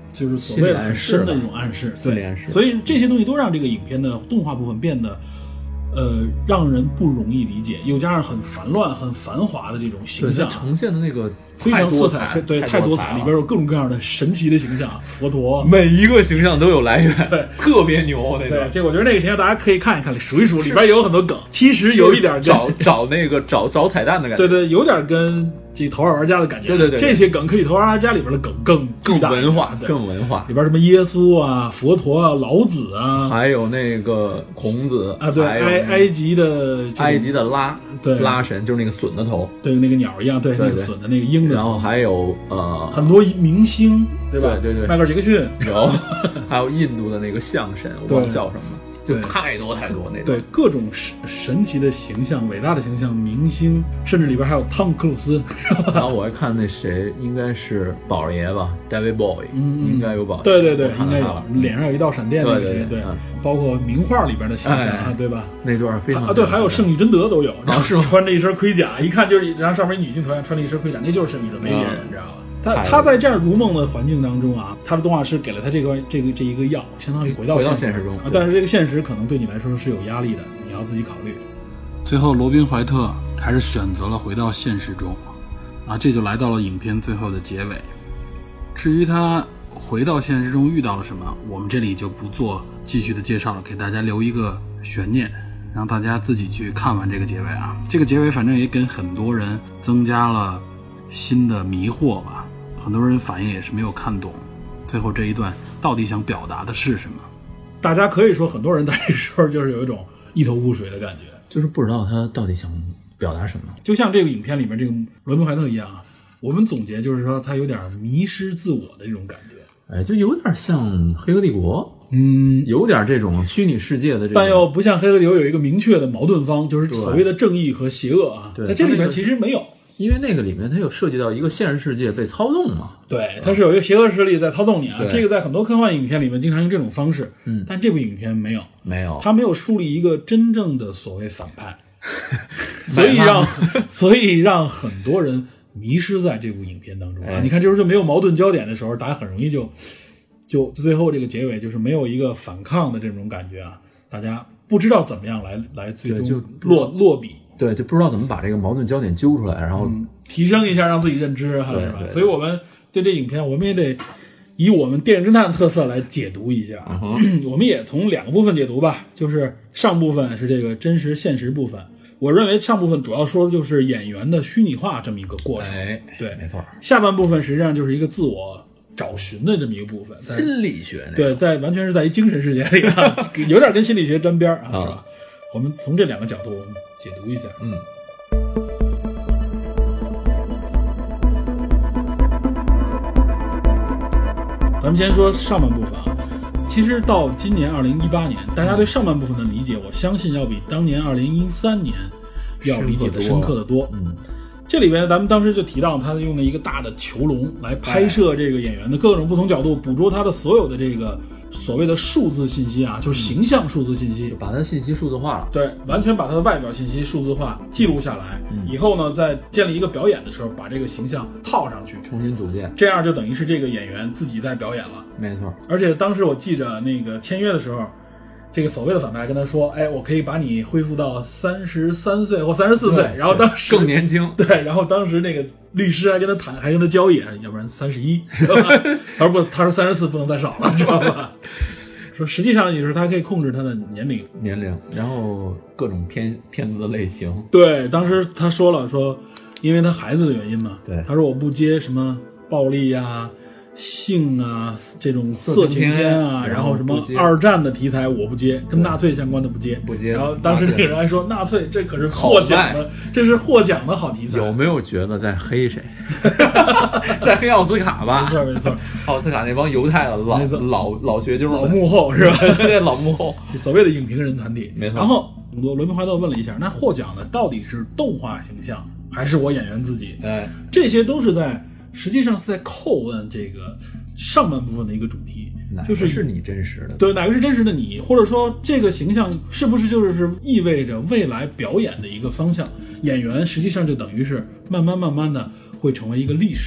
就是所谓的很深的一种暗示， 对，暗示。 所以这些东西都让这个影片的动画部分变得，呃，让人不容易理解，又加上很繁乱、很繁华的这种形象， 呈现的那个非常色彩，对，太多彩， 里边有各种各样的神奇的形象，佛陀， 每一个形象都有来源， 对， 特别牛那个。 对，这我觉得那个形象大家可以看一看，数一数，里边有很多梗，其实有一点找找那个找找彩蛋的感觉， 对对，有点跟这个头号玩家的感觉， 对对对， 这些梗可比头号玩家里边的梗更更文化，更文化。 里边什么耶稣啊、佛陀啊、老子啊， 还有那个孔子啊，对，埃埃及的埃及的拉， 对， 拉神就是那个隼的头， 对，那个鸟一样，对，那个隼的那个鹰的， 然后还有呃很多明星，对吧？ 对对对， 迈克尔·杰克逊有，还有印度的那个象神，我忘了叫什么了。就太多太多那种， 对，各种神神奇的形象、伟大的形象、明星，甚至里边还有汤姆·克鲁斯。 然后我还看那谁，应该是宝爷吧 ，David Bowie，、嗯、应该有宝爷。 对对对，应该有，脸上有一道闪电那个谁， 对对对，包括名画里边的形象啊， 哎、 对吧？ 那段非常啊，对，还有圣女贞德都有，然后是穿着一身盔甲，一看就是，然后上面女性头像穿着一身盔甲，那就是圣女贞德，没别人，你知道吧？他他在这样如梦的环境当中啊，他的动画师给了他这个这个这一个药，相当于回到回到现实中啊，但是这个现实可能对你来说是有压力的，你要自己考虑。最后，罗宾·怀特还是选择了回到现实中，啊，这就来到了影片最后的结尾。至于他回到现实中遇到了什么，我们这里就不做继续的介绍了，给大家留一个悬念，让大家自己去看完这个结尾啊。这个结尾反正也给很多人增加了新的迷惑吧。很多人反应也是没有看懂最后这一段到底想表达的是什么。大家可以说很多人在这时候就是有一种一头雾水的感觉， 就是不知道他到底想表达什么。 就像这个影片里面这个罗宾怀特一样啊，我们总结就是说他有点迷失自我的这种感觉， 哎，就有点像黑客帝国， 嗯， 有点这种虚拟世界的这种， 但又不像黑客帝国有一个明确的矛盾方，就是所谓的正义和邪恶啊，在这里面其实没有。 因为那个里面它有涉及到一个现实世界被操纵嘛， 对，它是有一个邪恶势力在操纵你啊。这个在很多科幻影片里面经常用这种方式，嗯，但这部影片没有， 没有， 它没有树立一个真正的所谓反派，所以让所以让很多人迷失在这部影片当中啊。哎、你看，这时候就没有矛盾焦点的时候，大家很容易就就最后这个结尾就是没有一个反抗的这种感觉啊，大家不知道怎么样来来最终落落笔。 对，就不知道怎么把这个矛盾焦点揪出来，然后、 嗯、提升一下，让自己认知，哈，是吧？所以我们对这影片，我们也得以我们电影侦探特色来解读一下。嗯、我们也从两个部分解读吧，就是上部分是这个真实现实部分。我认为上部分主要说的就是演员的虚拟化这么一个过程， 哎， 对， 没错。 下半部分实际上就是一个自我找寻的这么一个部分， 心理学、那个， 对，在完全是在一精神世界里啊，有点跟心理学沾边啊，是吧？我们从这两个角度解读一下。 嗯， 咱们先说上半部分啊。其实到今年二零一八年，大家对上半部分的理解，我相信要比当年二零一三年要理解的深刻的多。 嗯， 这里边咱们当时就提到，他用了一个大的囚笼来拍摄这个演员的各种不同角度，捕捉他的所有的这个所谓的数字信息啊，就是形象数字信息， 就把他的信息数字化了。 对，完全把他的外表信息数字化记录下来，嗯、以后呢，在建立一个表演的时候，把这个形象套上去， 重新组建， 这样就等于是这个演员自己在表演了。 没错。 而且当时我记着那个签约的时候，这个所谓的反派跟他说：“哎，我可以把你恢复到三十三岁或三十四岁。”然后当时更年轻。 对，然后当时那个律师还跟他谈，还跟他交易，要不然三十一，知道吧？他说不，他说三十四不能再少了，知道吧？说实际上也是他可以控制他的年龄， 年龄，然后各种片片子的类型。 对，当时他说了说，因为他孩子的原因嘛， 对， 他说我不接什么暴力啊。性啊，这种色情片啊，然后什么二战的题材我不接，跟纳粹相关的不接， 不接。 然后当时那个人还说，纳粹这可是获奖的，这是获奖的好题材。 有没有觉得在黑谁？在黑奥斯卡吧？ 没错没错， 奥斯卡那帮犹太的老老老学究、 老幕后是吧？ 对，老幕后， 所谓的影评人团体。 没错。 然后罗宾怀特问了一下，那获奖的到底是动画形象，还是我演员自己？ 哎， 这些都是在。实际上是在叩问这个上半部分的一个主题，就是是你真实的， 对，哪个是真实的你，或者说这个形象是不是就是意味着未来表演的一个方向？演员实际上就等于是慢慢慢慢的会成为一个历史，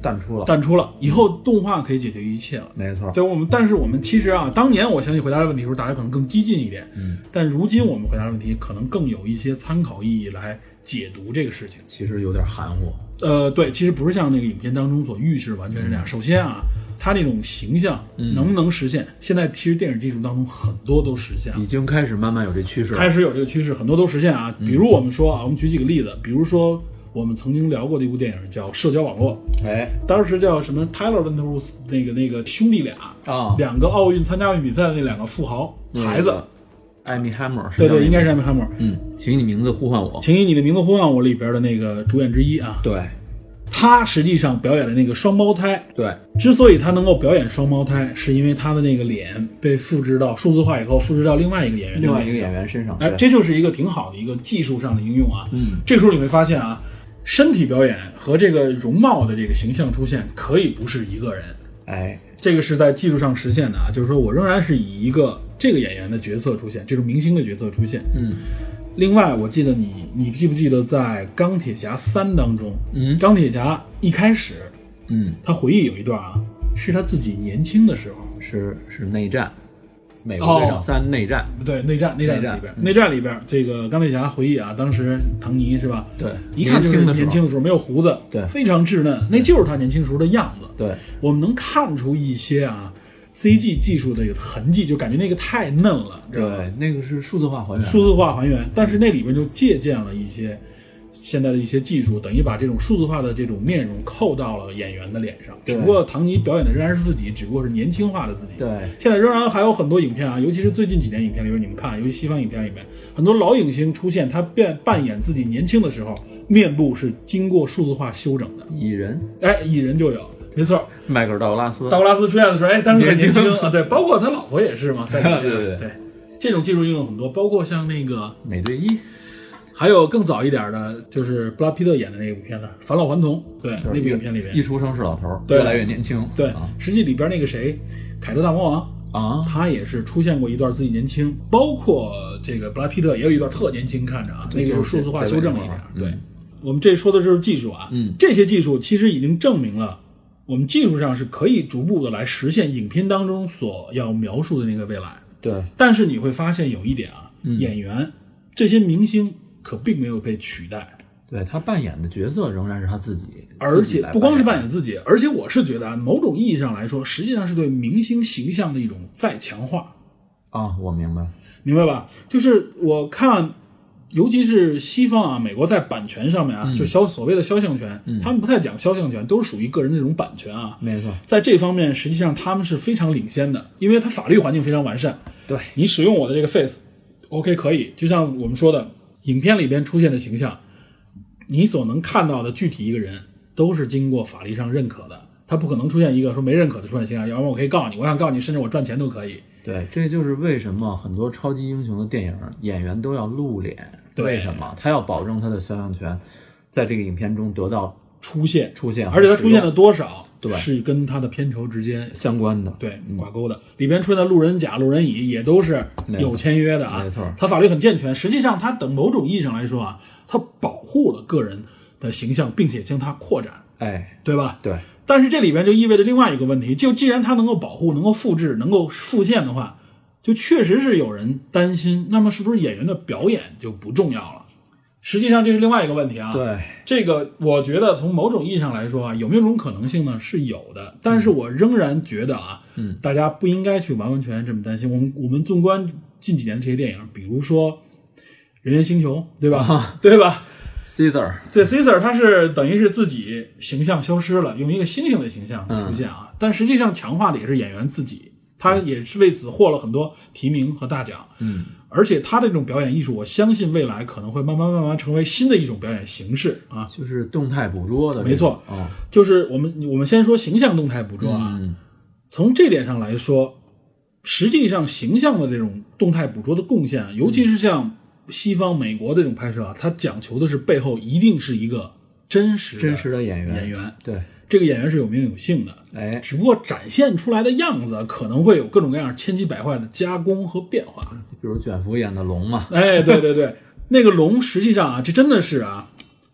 淡出了， 淡出了，以后动画可以解决一切了。 没错。 对我们，但是我们其实啊，当年我相信回答的问题的时候，大家可能更激进一点， 嗯， 但如今我们回答的问题可能更有一些参考意义来解读这个事情。 其实有点含糊。 呃，对，其实不是像那个影片当中所预示完全是这样。嗯、首先啊，它那种形象能不能实现？嗯、现在其实电影技术当中很多都实现了， 已经开始慢慢有这趋势了， 开始有这个趋势，很多都实现啊。比如我们说啊，我们举几个例子，比如说我们曾经聊过的一部电影叫《社交网络》， 哎， 当时叫什么 Tyler Wentworth 那个那个兄弟俩啊， 两个奥运参加奥运比赛的那两个富豪、嗯、孩子。 艾米·汉默， 对对，应该是艾米·汉默。 嗯，请以你名字呼唤我， 请以你的名字呼唤我里边的那个主演之一啊。 对， 他实际上表演的那个双胞胎， 对， 之所以他能够表演双胞胎，是因为他的那个脸被复制到数字化以后，复制到另外一个演员， 另外一个演员身上。 哎，这就是一个挺好的一个技术上的应用啊。 嗯， 这个时候你会发现啊，身体表演和这个容貌的这个形象出现可以不是一个人。 哎， 这个是在技术上实现的啊，就是说我仍然是以一个这个演员的角色出现，这种明星的角色出现。 嗯， 另外我记得你你记不记得在钢铁侠三当中， 嗯， 钢铁侠一开始， 嗯， 他回忆有一段啊，是他自己年轻的时候， 是是内战，美国队长三内战， 哦、对内战内战里边，内战里边、嗯、这个钢铁侠回忆啊，当时唐尼是吧？ 对， 一看就是年轻的时候没有胡子， 对， 非常稚嫩，那就是他年轻时候的样子。 对， 我们能看出一些啊 C G 技术的有痕迹，就感觉那个太嫩了。 对，那个是数字化还原， 数字化还原，但是那里边就借鉴了一些现在的一些技术，等于把这种数字化的这种面容扣到了演员的脸上。只不过唐尼表演的仍然是自己，只不过是年轻化的自己。 对， 现在仍然还有很多影片啊，尤其是最近几年影片里边，你们看，尤其西方影片里面，很多老影星出现，他变扮演自己年轻的时候，面部是经过数字化修整的。 蚁人， 哎，蚁人就有。没错， 迈克尔·道格拉斯， 道格拉斯出现的时候，哎，当时很年轻啊，对，包括他老婆也是嘛，在对对对对，这种技术应用很多，包括像那个美队一， 还有更早一点的，就是布拉皮特演的那部片子《返老还童》，对，那部影片里面一出生是老头，越来越年轻， 对， 啊、 实际里边那个谁，凯特大魔王啊， 他也是出现过一段自己年轻，包括这个布拉皮特也有一段特年轻，看着啊，那个是数字化修正了一点，对、嗯，我们这说的就是技术啊， 嗯， 这些技术其实已经证明了。我们技术上是可以逐步的来实现影片当中所要描述的那个未来， 对。 但是你会发现有一点啊， 嗯、 演员这些明星可并没有被取代， 对，他扮演的角色仍然是他自己， 而且不光是扮演自己，而且我是觉得啊，某种意义上来说，实际上是对明星形象的一种再强化啊。我明白， 明白吧？就是我看。尤其是西方啊，美国在版权上面啊， 嗯、 就肖所谓的肖像权、 嗯， 他们不太讲肖像权，都是属于个人那种版权啊。 没错， 在这方面，实际上他们是非常领先的，因为它法律环境非常完善。 对， 你使用我的这个 face，OK 可以，就像我们说的，影片里边出现的形象，你所能看到的具体一个人，都是经过法律上认可的，他不可能出现一个说没认可的出现形象，要不然我可以告你，我想告你，甚至我赚钱都可以。 对，这就是为什么很多超级英雄的电影演员都要露脸。为什么他要保证他的肖像权在这个影片中得到出现出现， 而且他出现的多少对是跟他的片酬之间相关的， 对挂钩的。里边出现的路人甲、路人乙也都是有签约的啊， 没错， 他法律很健全。实际上，他等某种意义上来说啊，他保护了个人的形象，并且将它扩展， 哎， 对吧？ 对。 但是这里边就意味着另外一个问题，就既然它能够保护、能够复制、能够复现的话，就确实是有人担心，那么是不是演员的表演就不重要了？实际上这是另外一个问题啊。 对， 这个我觉得从某种意义上来说啊，有没有这种可能性呢？是有的，但是我仍然觉得啊， 嗯， 大家不应该去完完全全这么担心。我们我们纵观近几年的这些电影，比如说《人猿星球》，对吧？ 啊、 对吧 ？Caesar， 对 Caesar， 他是等于是自己形象消失了，用一个猩猩的形象出现啊，嗯、但实际上强化的也是演员自己。他也是为此获了很多提名和大奖， 嗯， 而且他的这种表演艺术，我相信未来可能会慢慢慢慢成为新的一种表演形式啊， 就是动态捕捉的， 没错， 哦， 就是我们我们先说形象动态捕捉啊， 嗯， 从这点上来说，实际上形象的这种动态捕捉的贡献，尤其是像西方美国的这种拍摄啊，它讲求的是背后一定是一个真实的真实的演员， 演员， 对。 这个演员是有名有姓的， 哎， 只不过展现出来的样子可能会有各种各样千奇百怪的加工和变化， 比如卷福演的龙嘛， 哎，对对对，那个龙实际上啊，这真的是啊，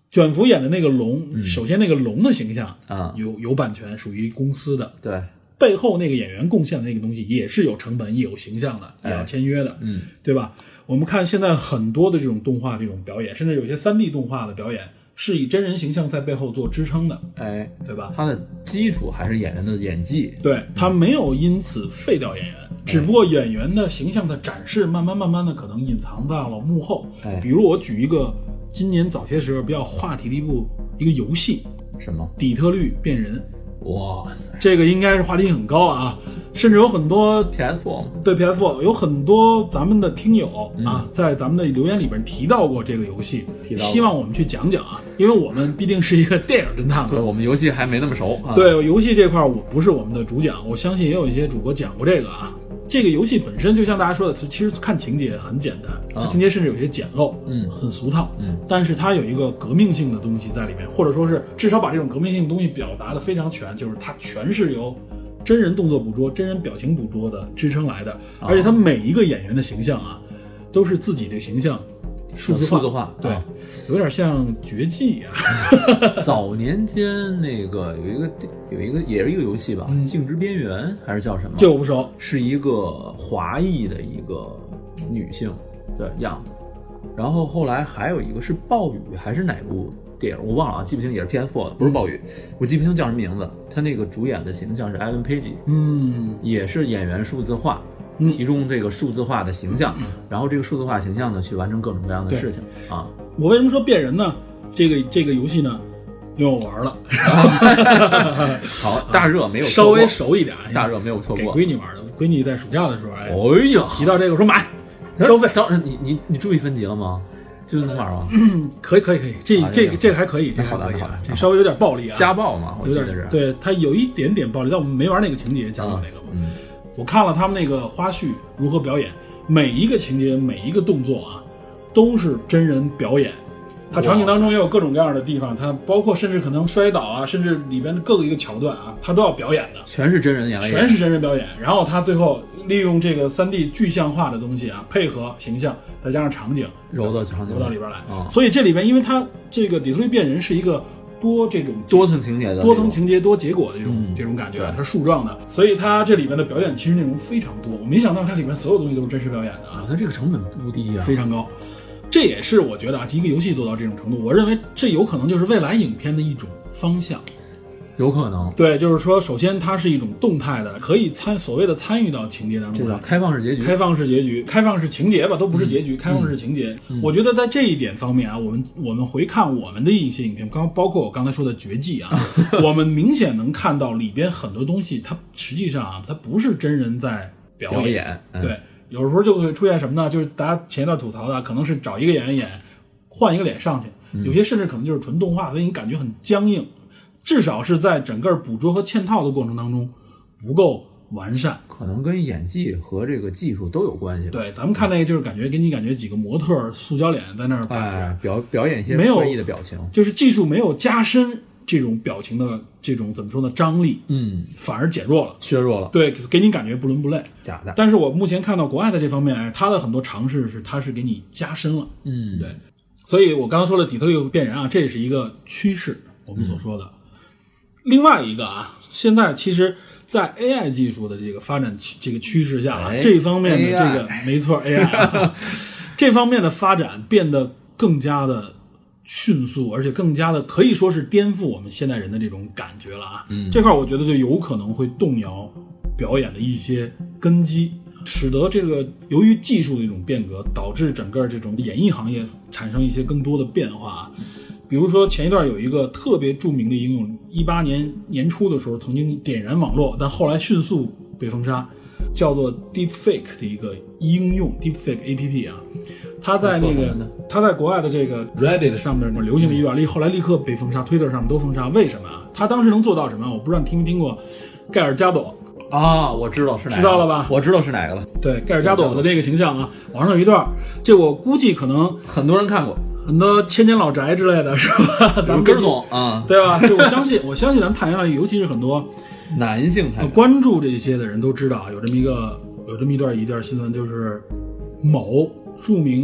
卷福演的那个龙， 嗯、 首先那个龙的形象啊有有版权，属于公司的。 对， 背后那个演员贡献的那个东西也是有成本、也有形象的，也要签约的， 嗯， 对吧？我们看现在很多的这种动画这种表演，甚至有些 三 D 动画的表演是以真人形象在背后做支撑的， 哎， 对吧？ 它的基础还是演员的演技， 对，他没有因此废掉演员，只不过演员的形象的展示慢慢慢慢的可能隐藏到了幕后。 哎， 比如我举一个今年早些时候比较话题的一部一个游戏， 什么？ 底特律变人。 哇塞， 这个应该是话题很高啊，甚至有很多 P S 四对 P S 四 有很多咱们的听友、 嗯、 啊，在咱们的留言里边提到过这个游戏， 提到希望我们去讲讲啊，因为我们毕竟是一个电影侦探嘛， 对我们游戏还没那么熟啊。 对游戏这块我不是我们的主讲，我相信也有一些主播讲过这个啊。这个游戏本身就像大家说的，其实看情节很简单，它情节甚至有些简陋， 嗯， 很俗套， 嗯， 但是它有一个革命性的东西在里面，或者说是至少把这种革命性的东西表达的非常全，就是它全是由真人动作捕捉、真人表情捕捉的支撑来的， 哦、 而且它每一个演员的形象啊，都是自己的形象数字化， 数字化， 对， 哦、 有点像绝技啊。 早年间那个有一个有一个也是一个游戏吧， 嗯， 静之边缘还是叫什么？ 这我不熟， 是一个华裔的一个女性的样子。然后后来还有一个是暴雨还是哪部电影我忘了啊，记不清，也是 P S 四 的，不是暴雨，嗯、我记不清叫什么名字。他那个主演的形象是 Ellen Page， 嗯， 也是演员数字化。提供这个数字化的形象，嗯、然后这个数字化形象呢，去完成各种各样的事情啊。 我为什么说变人呢？这个这个游戏呢，因为我玩了。 好，大热没有错稍微熟一点， 大热没有错过。 给闺女玩的，闺女在暑假的时候，哎， 哎呀， 提到这个我说买，收费。 当然，你你你注意分级了吗？就是能玩吗？ 嗯，可以可以可以，这、 啊、 这个这个还可以，这个还可以啊，这稍微有点暴力啊， 家暴嘛，我记得是。 对，它有一点点暴力，但我们没玩那个情节，家暴那个嘛。 嗯。 我看了他们那个花絮如何表演，每一个情节每一个动作啊都是真人表演，它场景当中也有各种各样的地方，它包括甚至可能摔倒啊，甚至里边的各个一个桥段啊，它都要表演的， 全是真人演， 全是真人表演。然后他最后利用这个 三 D 具象化的东西啊，配合形象再加上场景揉到场景揉到里边来、 哦、 所以这里边因为它这个底特律变人是一个多这种多层情节的多层情节多结果的这种、 嗯、 这种感觉，它是树状的，所以它这里面的表演其实内容非常多。我没想到它里面所有东西都是真实表演的啊， 它这个成本不低啊， 非常高。这也是我觉得啊，一个游戏做到这种程度，我认为这有可能就是未来影片的一种方向。 有可能， 对，就是说，首先它是一种动态的，可以参所谓的参与到情节当中， 这叫开放式结局， 开放式结局，开放式情节吧，都不是结局，嗯、开放式情节。 嗯、 我觉得在这一点方面啊，我们我们回看我们的一些影片，刚包括我刚才说的绝技啊，我们明显能看到里边很多东西，它实际上啊，它不是真人在表演， 表演嗯、 对，有时候就会出现什么呢？就是大家前一段吐槽的，可能是找一个演员演，换一个脸上去， 嗯、 有些甚至可能就是纯动画，所以你感觉很僵硬。至少是在整个捕捉和嵌套的过程当中不够完善， 可能跟演技和这个技术都有关系吧。 对，咱们看那个就是感觉给你感觉几个模特塑胶脸在那儿摆着、 哎、表表演一些怪异的表情， 就是技术没有加深这种表情的这种怎么说呢张力， 嗯， 反而减弱了， 削弱了， 对，给你感觉不伦不类， 假的。 但是我目前看到国外的这方面，哎，它的很多尝试是它是给你加深了， 嗯， 对。所以我刚刚说了底特律变人啊，这也是一个趋势，我们所说的。嗯，另外一个啊，现在其实，在 A I 技术的这个发展这个趋势下啊， 哎、 这方面的这个 A I 没错 A I 啊，这方面的发展变得更加的迅速，而且更加的可以说是颠覆我们现代人的这种感觉了啊。 嗯， 这块我觉得就有可能会动摇表演的一些根基，使得这个由于技术的一种变革，导致整个这种演艺行业产生一些更多的变化。比如说前一段有一个特别著名的应用，一八年年初的时候曾经点燃网络，但后来迅速被封杀，叫做 Deepfake 的一个应用 Deepfake A P P 啊，它在那个它在国外的这个 Reddit 上面流行了一段，后来立刻被封杀， Twitter 上面都封杀。为什么啊？它当时能做到什么？我不知道你听没听过盖尔加朵啊，我知道是哪个， 知道了吧？ 我知道是哪个了。 对，盖尔加朵的那个形象啊，网上有一段，这我估计可能很多人看过。 很多千年老宅之类的是吧？咱们根总啊， 对吧？就我相信，我相信咱们太原了，尤其是很多男性太关注这些的人都知道，有这么一个有这么一段一段新闻，就是某著名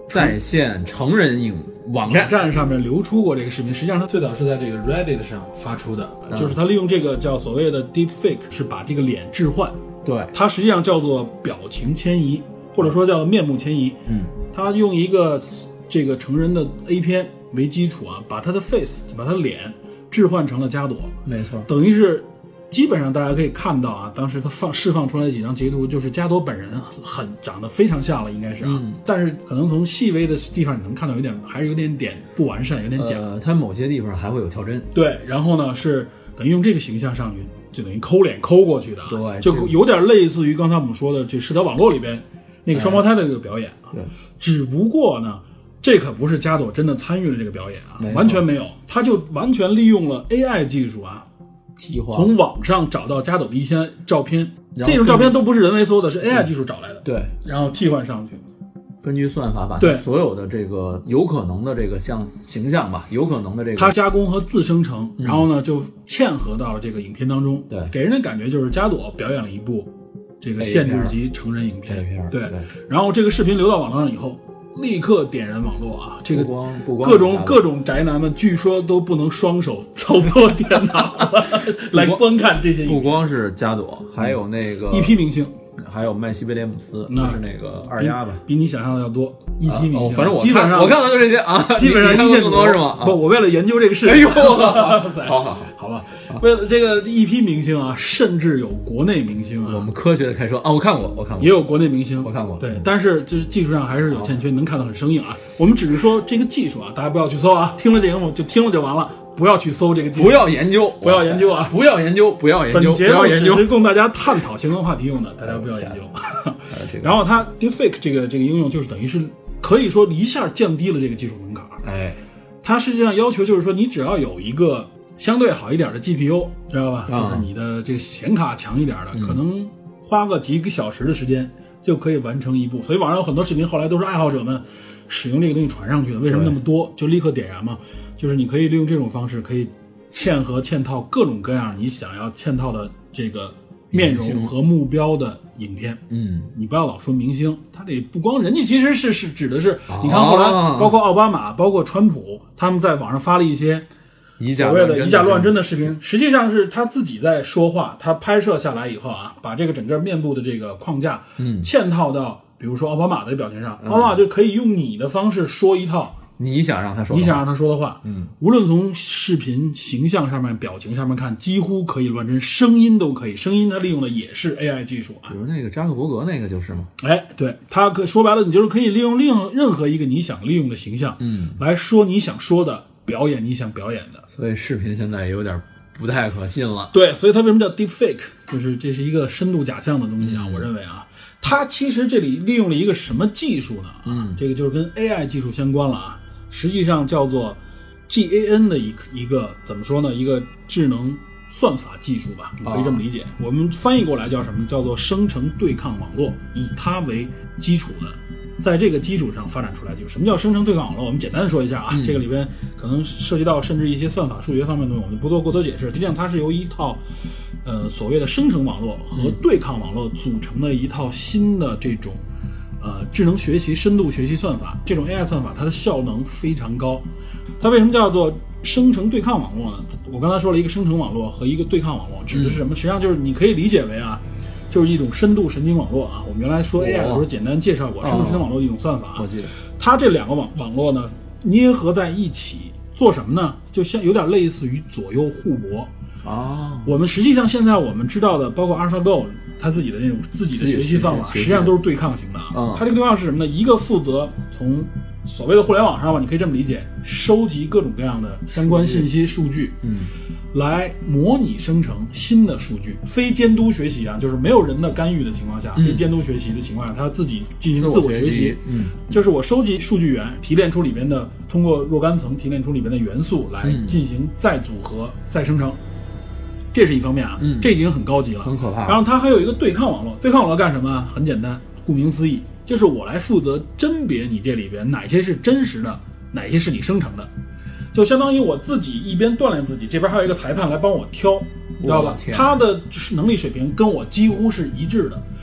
在线成人影网站网站上面流出过这个视频，实际上它最早是在这个 Reddit 上发出的， 嗯、 就是它利用这个叫所谓的 Deepfake， 是把这个脸置换， 对， 它实际上叫做表情迁移，或者说叫面目迁移。 嗯， 它用一个这个成人的 A 片为基础啊，把他的 face， 把他的脸置换成了加朵， 没错， 等于是。基本上大家可以看到啊，当时他放释放出来的几张截图，就是加朵本人很长得非常像了，应该是啊， 嗯、 但是可能从细微的地方你能看到有点，还是有点点不完善，有点假。 呃，他某些地方还会有跳帧。 对，然后呢是等于用这个形象上去，就等于抠脸抠过去的、啊， 对， 就有点类似于刚才我们说的这社交网络里边那个双胞胎的这个表演啊。 对， 只不过呢，这可不是加朵真的参与了这个表演啊，完全没有，他就完全利用了 A I 技术啊。从网上找到加朵的一些照片，这种照片都不是人为搜的，是 A I 技术找来的。 对， 然后替换上去， 根据算法把对所有的这个有可能的这个像形象吧，有可能的这个， 它加工和自生成，然后呢就嵌合到了这个影片当中。 对， 给人的感觉就是加朵表演了一部这个限制级成人影片。 片对， 对。 然后这个视频流到网上以后，立刻点燃网络啊！这个不光不光各种各种宅男们据说都不能双手操作电脑来观看这些影片。 不光是加朵，还有那个一批明星， 还有麦西贝廉姆斯，就是那个二丫吧， 比你想象的要多。一批明星， 哦、反正我基本上我看到就这些啊， 基本上一线更多是吗？ 不，我为了研究这个事情， 哎呦，好好好， 好吧，为了这个一批明星啊，甚至有国内明星啊， 我们科学的开车啊，我看过，我看过， 也有国内明星， 我看过， 对，但是就是技术上还是有欠缺，能看到很生硬啊。我们只是说这个技术啊，大家不要去搜啊，听了节目就听了就完了。不要去搜这个技术， 不要研究， 不要研究啊！ 不要研究，不要研究， 本节目只是是供大家探讨相关话题用的，大家不要研究。然后它 Deepfake 这个这个应用就是等于是可以说一下降低了这个技术门槛。 哎， 它实际上要求就是说，你只要有一个相对好一点的 G P U， 知道吧？ 啊、 就是你的这个显卡强一点的， 嗯、 可能花个几个小时的时间就可以完成一部。所以网上有很多视频，后来都是爱好者们使用这个东西传上去的。为什么那么多？就立刻点燃嘛。就是你可以利用这种方式，可以嵌合嵌套各种各样你想要嵌套的这个面容和目标的影片。 嗯， 你不要老说明星，他这不光人家其实是是指的是，哦、你看后来包括奥巴马，包括川普，他们在网上发了一些所谓的以假乱真的视频，实际上是他自己在说话，他拍摄下来以后啊，把这个整个面部的这个框架嗯嵌套到，比如说奥巴马的表情上，嗯、奥巴马就可以用你的方式说一套。 你想让他说的话， 你想让他说的话， 嗯， 无论从视频形象上面、表情上面看，几乎可以乱真，声音都可以。声音它利用的也是 A I 技术啊。 比如那个扎克伯格那个就是嘛， 哎，对，他可说白了，你就是可以利用利用任何一个你想利用的形象， 嗯， 来说你想说的，表演你想表演的。 所以视频现在有点不太可信了。 对，所以它为什么叫 Deepfake？ 就是这是一个深度假象的东西啊， 嗯、 我认为啊，它其实这里利用了一个什么技术呢？ 嗯， 这个就是跟 A I 技术相关了啊。实际上叫做 G A N 的一一个怎么说呢？一个智能算法技术吧，你可以这么理解。哦、我们翻译过来叫什么？叫做生成对抗网络，以它为基础的，在这个基础上发展出来技术。什么叫生成对抗网络？我们简单说一下啊， 嗯、 这个里边可能涉及到甚至一些算法、数学方面的东西，我们不做过多解释。实际上它是由一套呃所谓的生成网络和对抗网络组成的一套新的这种。呃，智能学习、深度学习算法，这种 A I 算法它的效能非常高。它为什么叫做生成对抗网络呢？我刚才说了一个生成网络和一个对抗网络，指的是什么？实际上就是你可以理解为啊，就是一种深度神经网络啊。我们原来说 A I 的时候简单介绍过深度神经网络的一种算法。 我记得它这两个网网络呢捏合在一起做什么呢？就像有点类似于左右互搏。 哦， 我们实际上现在我们知道的，包括 AlphaGo 它自己的那种自己的学习方法，实际上都是对抗型的啊。 嗯、 它这个对抗是什么呢？一个负责从所谓的互联网上吧，你可以这么理解，收集各种各样的相关信息数据， 嗯， 来模拟生成新的数据，非监督学习啊，就是没有人的干预的情况下， 嗯、 非监督学习的情况下，它自己进行自我学习。 嗯， 就是我收集数据源，提炼出里面的，通过若干层提炼出里面的元素来进行再组合、嗯、再生成。这是一方面啊， 嗯， 这已经很高级了， 很可怕。 然后它还有一个对抗网络，对抗网络干什么？很简单，顾名思义，就是我来负责甄别你这里边哪些是真实的，哪些是你生成的，就相当于我自己一边锻炼自己，这边还有一个裁判来帮我挑，知道吧？他的能力水平跟我几乎是一致的。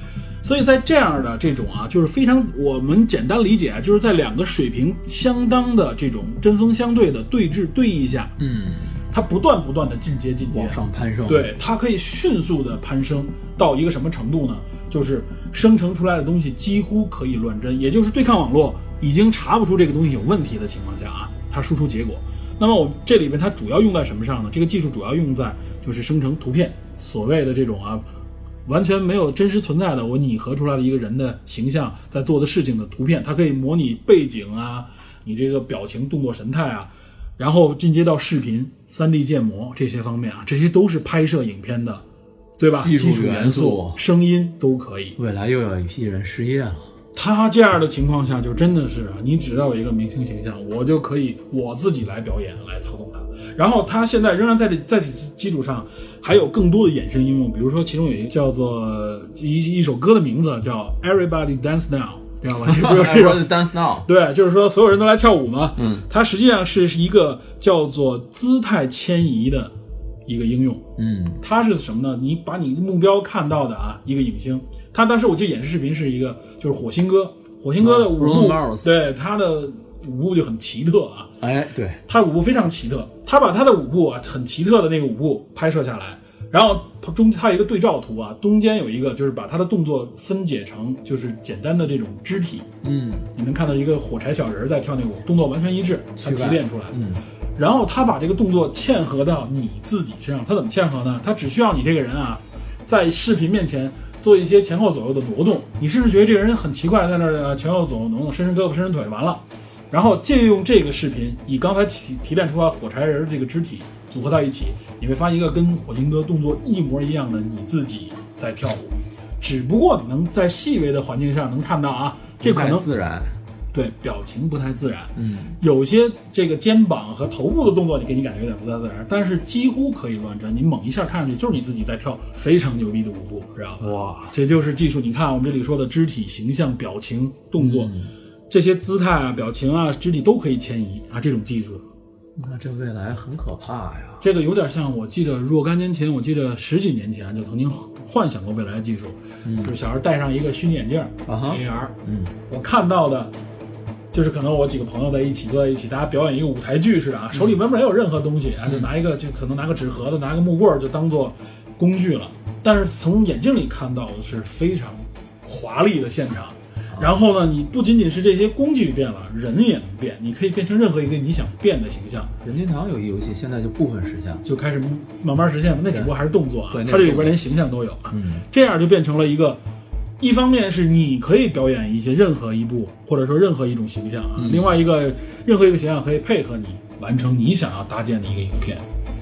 所以在这样的这种啊，就是非常我们简单理解啊，就是在两个水平相当的这种针锋相对的对峙对弈下， 嗯， 它不断不断的进阶进阶往上攀升， 对，它可以迅速的攀升到一个什么程度呢？就是生成出来的东西几乎可以乱真，也就是对抗网络已经查不出这个东西有问题的情况下啊，它输出结果。那么我这里边它主要用在什么上呢？这个技术主要用在就是生成图片，所谓的这种啊完全没有真实存在的我拟合出来的一个人的形象在做的事情的图片，它可以模拟背景啊，你这个表情动作神态啊，然后进阶到视频 三 D 建模这些方面啊，这些都是拍摄影片的，对吧？ 技术元素、声音都可以。 未来又有一批人失业了。 他这样的情况下，就真的是啊，你只要有一个明星形象，我就可以我自己来表演，来操纵它。然后他现在仍然在这在此基础上，还有更多的衍生应用，比如说其中有一个叫做一一首歌的名字叫 Everybody Dance Now， 知道吧？ Everybody Dance Now， 对，就是说所有人都来跳舞嘛。 嗯， 它实际上是一个叫做姿态迁移的一个应用。 嗯， 它是什么呢？你把你目标看到的啊一个影星，他当时我记得演示视频是一个就是火星哥，火星哥的舞步， 哦、 对他的舞步就很奇特啊。 哎，对， 他舞步非常奇特，他把他的舞步啊很奇特的那个舞步拍摄下来，然后中他有一个对照图啊，中间有一个就是把他的动作分解成就是简单的这种肢体， 嗯， 你能看到一个火柴小人在跳那个舞，动作完全一致，他提炼出来， 嗯。 然后他把这个动作嵌合到你自己身上，他怎么嵌合呢？他只需要你这个人啊，在视频面前做一些前后左右的挪动，你甚至觉得这个人很奇怪，在那儿前后左右挪动，伸伸胳膊伸伸腿，完了，然后借用这个视频，以刚才提提炼出来火柴人这个肢体组合到一起，你会发现一个跟火星哥动作一模一样的你自己在跳舞，只不过你能在细微的环境上能看到啊，这可能自然。 对，表情不太自然， 嗯， 有些这个肩膀和头部的动作，你给你感觉有点不太自然，但是几乎可以乱真，你猛一下看上去就是你自己在跳非常牛逼的舞步，知道吧？ 哇， 这就是技术。你看我们这里说的肢体、形象、表情、动作，嗯、这些姿态啊、表情啊、肢体都可以迁移啊，这种技术。 那这未来很可怕呀！ 这个有点像，我记得若干年前，我记得十几年前就曾经幻想过未来的技术，嗯、就是小孩戴上一个虚拟眼镜、 啊、 A R， 嗯， 我看到的。就是可能我几个朋友在一起坐在一起，大家表演一个舞台剧似的啊，手里面没有任何东西啊，就拿一个就可能拿个纸盒子，拿个木棍就当做工具了。但是从眼镜里看到的是非常华丽的现场。然后呢，你不仅仅是这些工具变了，人也能变，你可以变成任何一个你想变的形象。 任天堂有一游戏现在就部分实现， 就开始慢慢实现了，那只不过还是动作啊，它这里边连形象都有啊， 嗯， 这样就变成了一个。一方面是你可以表演一些任何一部或者说任何一种形象啊， 嗯、 另外一个任何一个形象可以配合你完成你想要搭建的一个影片。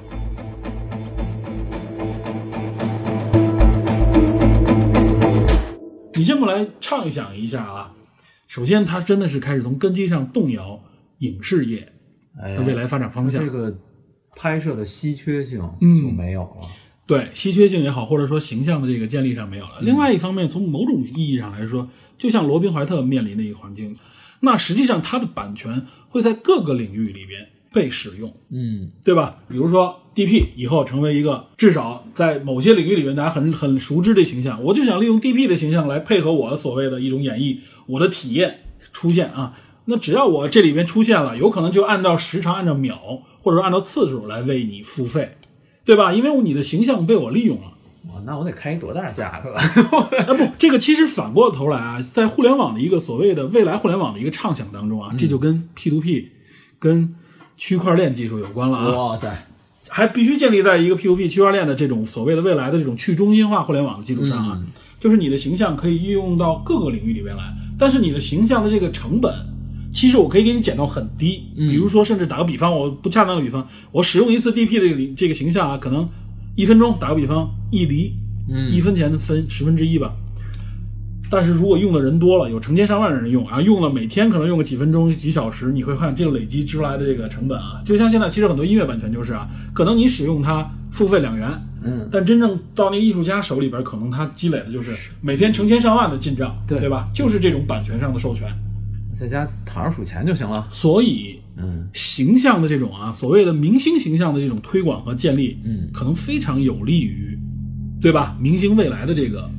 你这么来畅想一下啊，首先它真的是开始从根基上动摇影视业的未来发展方向， 哎、这个拍摄的稀缺性就没有了。 嗯对，稀缺性也好，或者说形象的这个建立上没有了。另外一方面，从某种意义上来说，就像罗宾怀特面临的一个环境，那实际上它的版权会在各个领域里边被使用， 嗯， 对吧？比如说 D P 以后成为一个至少在某些领域里面大家很很熟知的形象，我就想利用 D P 的形象来配合我所谓的一种演绎，我的体验出现啊。那只要我这里边出现了，有可能就按照时长、按照秒，或者说按照次数来为你付费。对吧？因为你的形象被我利用了， 哇，那我得开多大价格？ 啊不，这个其实反过头来啊，在互联网的一个所谓的未来互联网的一个畅想当中啊，嗯、这就跟 P to P、跟区块链技术有关了啊。 哇塞， 还必须建立在一个 P to P 区块链的这种所谓的未来的这种去中心化互联网的基础上啊， 嗯、 就是你的形象可以运用到各个领域里边来，但是你的形象的这个成本。其实我可以给你减到很低，比如说，甚至打个比方，我不恰当的比方，我使用一次 D P 的这个形象啊，可能一分钟，打个比方，一厘， 嗯， 一分钱分十分之一吧。但是如果用的人多了，有成千上万人用，然后用了每天可能用个几分钟、几小时，你会看这个累积出来的这个成本啊，就像现在其实很多音乐版权就是啊，可能你使用它付费两元， 嗯， 但真正到那个艺术家手里边，可能他积累的就是每天成千上万的进账， 对对吧？就是这种版权上的授权。 在家躺着数钱就行了。 所以， 嗯， 形象的这种啊，所谓的明星形象的这种推广和建立， 嗯， 可能非常有利于，对吧？明星未来的这个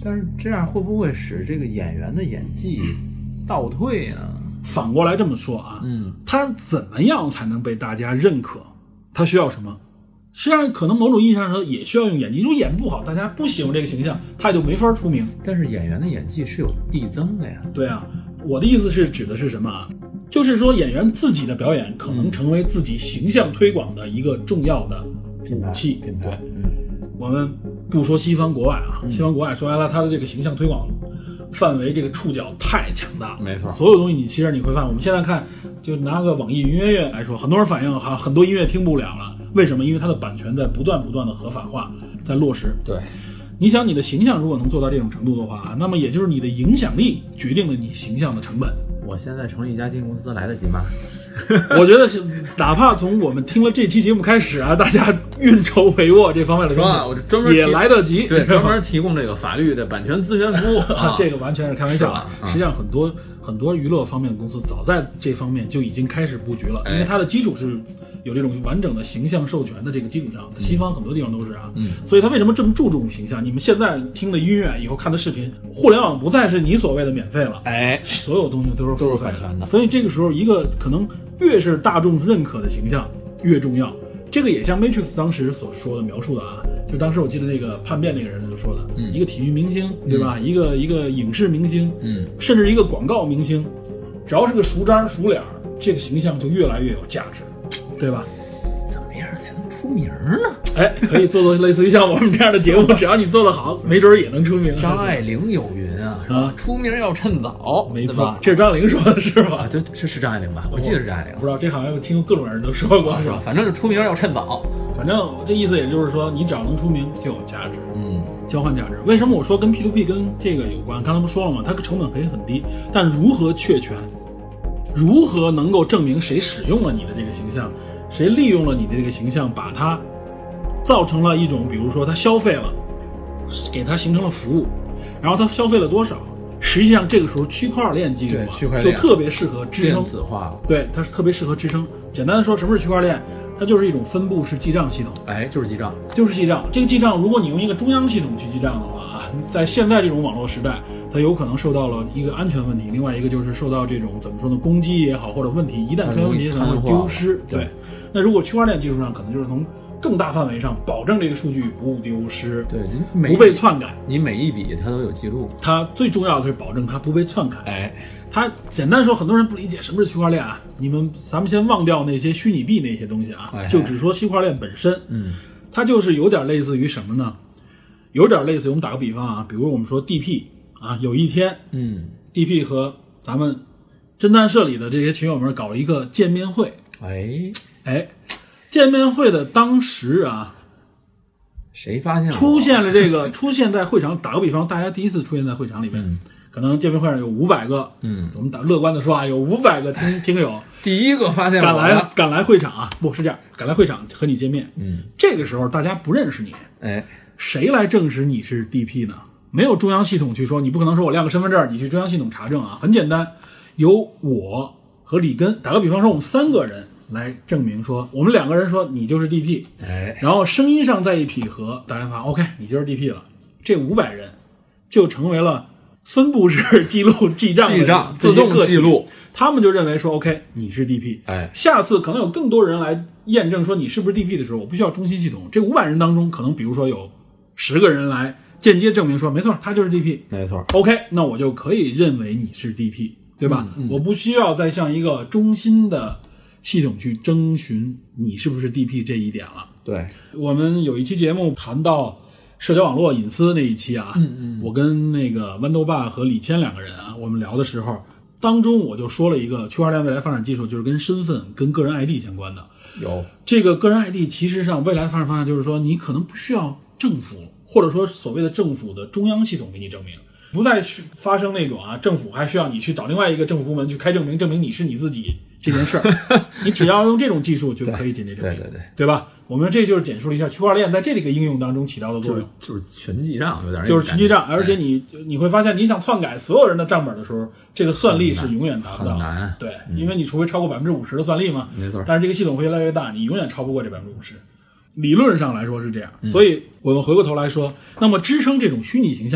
但是这样会不会使这个演员的演技倒退呢？ 反过来这么说啊， 嗯， 他怎么样才能被大家认可？他需要什么？实际上，可能某种意义上说也需要用演技。如果演不好，大家不喜欢这个形象，他也就没法出名。 但是演员的演技是有递增的呀。 对啊，我的意思是指的是什么啊？就是说演员自己的表演可能成为自己形象推广的一个重要的武器。 品牌， 对，嗯，我们不说西方国外啊，西方国外说白了，它的这个形象推广范围这个触角太强大了， 没错。 所有东西你其实你会发现，我们现在看，就拿个网易云音乐来说，很多人反映哈，很多音乐听不了了，为什么？因为它的版权在不断不断的合法化，在落实。 对， 你想你的形象如果能做到这种程度的话，那么也就是你的影响力决定了你形象的成本。 我现在成立一家经纪公司来得及吗？ 我觉得哪怕从我们听了这期节目开始啊，大家运筹帷幄这方面的东西， 我专门也来得及。 对，专门提供这个法律的版权咨询服务啊，这个完全是开玩笑啊。 啊实际上，很多很多娱乐方面的公司早在这方面就已经开始布局了， 哎、 因为它的基础是有这种完整的形象授权的这个基础上，西方很多地方都是啊。 嗯， 所以它为什么这么注重形象？你们现在听的音乐，以后看的视频，互联网不再是你所谓的免费了， 哎， 所有东西都是付费都是版权的。 所以这个时候，一个可能越是大众认可的形象越重要。这个也像 Matrix 当时所说的描述的啊，就当时我记得那个叛变那个人就说的，嗯、一个体育明星，对吧？嗯、一个一个影视明星， 嗯， 甚至一个广告明星，只要是个熟渣熟脸，这个形象就越来越有价值，对吧？ 怎么样才能出名呢？ 哎，可以做做类似于像我们这样的节目，只要你做得好，没准也能出名。 张爱玲有云啊，是吧？啊、出名要趁早， 没错，这是张爱玲说的是吧？ 啊，对，是是张爱玲吧？我记得是张爱玲， 不知道这好像听各种人都说过， 是吧？反正是出名要趁早。 反正这意思也就是说，你只要能出名就有价值， 嗯， 交换价值。为什么我说跟 P to P 跟这个有关？刚才不说了吗？它的成本可以很低，但如何确权，如何能够证明谁使用了你的这个形象，谁利用了你的这个形象，把它造成了一种，比如说他消费了，给他形成了服务，然后他消费了多少？实际上这个时候区块链技术、啊、 区块链就特别适合支撑电子化了， 对，它是特别适合支撑。简单的说，什么是区块链？它就是一种分布式记账系统， 哎，就是记账， 就是记账。这个记账，如果你用一个中央系统去记账的话啊，在现在这种网络时代，它有可能受到了一个安全问题，另外一个就是受到这种怎么说呢，攻击也好或者问题，一旦出现问题可能会丢失。对，那如果区块链技术上，可能就是从更大范围上保证这个数据不丢失， 对， 不被篡改。 你每一笔它都有记录， 它最重要的是保证它不被篡改。 哎。 它简单说，很多人不理解什么是区块链啊。你们咱们先忘掉那些虚拟币那些东西啊， 哎、 就只说区块链本身。 嗯， 它就是有点类似于什么呢？有点类似于我们打个比方啊，比如我们说 D P 啊，有一天， 嗯 ，D P 和咱们侦探社里的这些群友们搞了一个见面会。 哎哎，见面会的当时啊， 谁发现了出现了这个出现在会场？打个比方，大家第一次出现在会场里面。嗯，可能见面会上有五百个， 嗯， 我们打乐观的说啊，有五百个听听友， 第一个发现赶来赶来会场啊，不是这样，赶来会场和你见面， 嗯， 这个时候大家不认识你， 哎， 谁来证实你是 D P 呢？没有中央系统去说，你不可能说我亮个身份证，你去中央系统查证啊，很简单，由我和里根，打个比方说，我们三个人来证明说，我们两个人说你就是 D P， 哎， 然后声音上再一匹合，大家发 OK， 你就是 D P 了，这五百人就成为了分布式记录记账记账自动记录， 他们就认为说 OK 你是 D P， 哎， 下次可能有更多人来验证说你是不是 D P 的时候，我不需要中心系统，这五百人当中可能比如说有十个人来间接证明说没错他就是 D P， 没错 OK， 那我就可以认为你是 D P， 对吧、嗯嗯、我不需要再向一个中心的系统去征询你是不是 D P 这一点了。 对， 我们有一期节目谈到社交网络隐私那一期啊， 嗯嗯， 我跟那个豌豆爸和李谦两个人啊，我们聊的时候，当中我就说了一个区块链未来发展技术，就是跟身份、跟个人 I D 相关的。 有这个个人 I D， 其实上未来的发展方向就是说，你可能不需要政府或者说所谓的政府的中央系统给你证明，不再去发生那种啊，政府还需要你去找另外一个政府部门去开证明，证明你是你自己这件事儿。你只要用这种技术就可以间接证明， 对对对， 对吧？我们这就是简述了一下区块链在这个应用当中起到的作用， 就是就是群记账，有点就是群记账，而且你你会发现，你想篡改所有人的账本的时候，这个算力是永远达不到， 很难， 对，因为你除非超过百分之五十的算力嘛， 没错， 但是这个系统会越来越大，你永远超不过这百分之五十。理论上来说是这样，所以我们回过头来说，那么支撑这种虚拟形象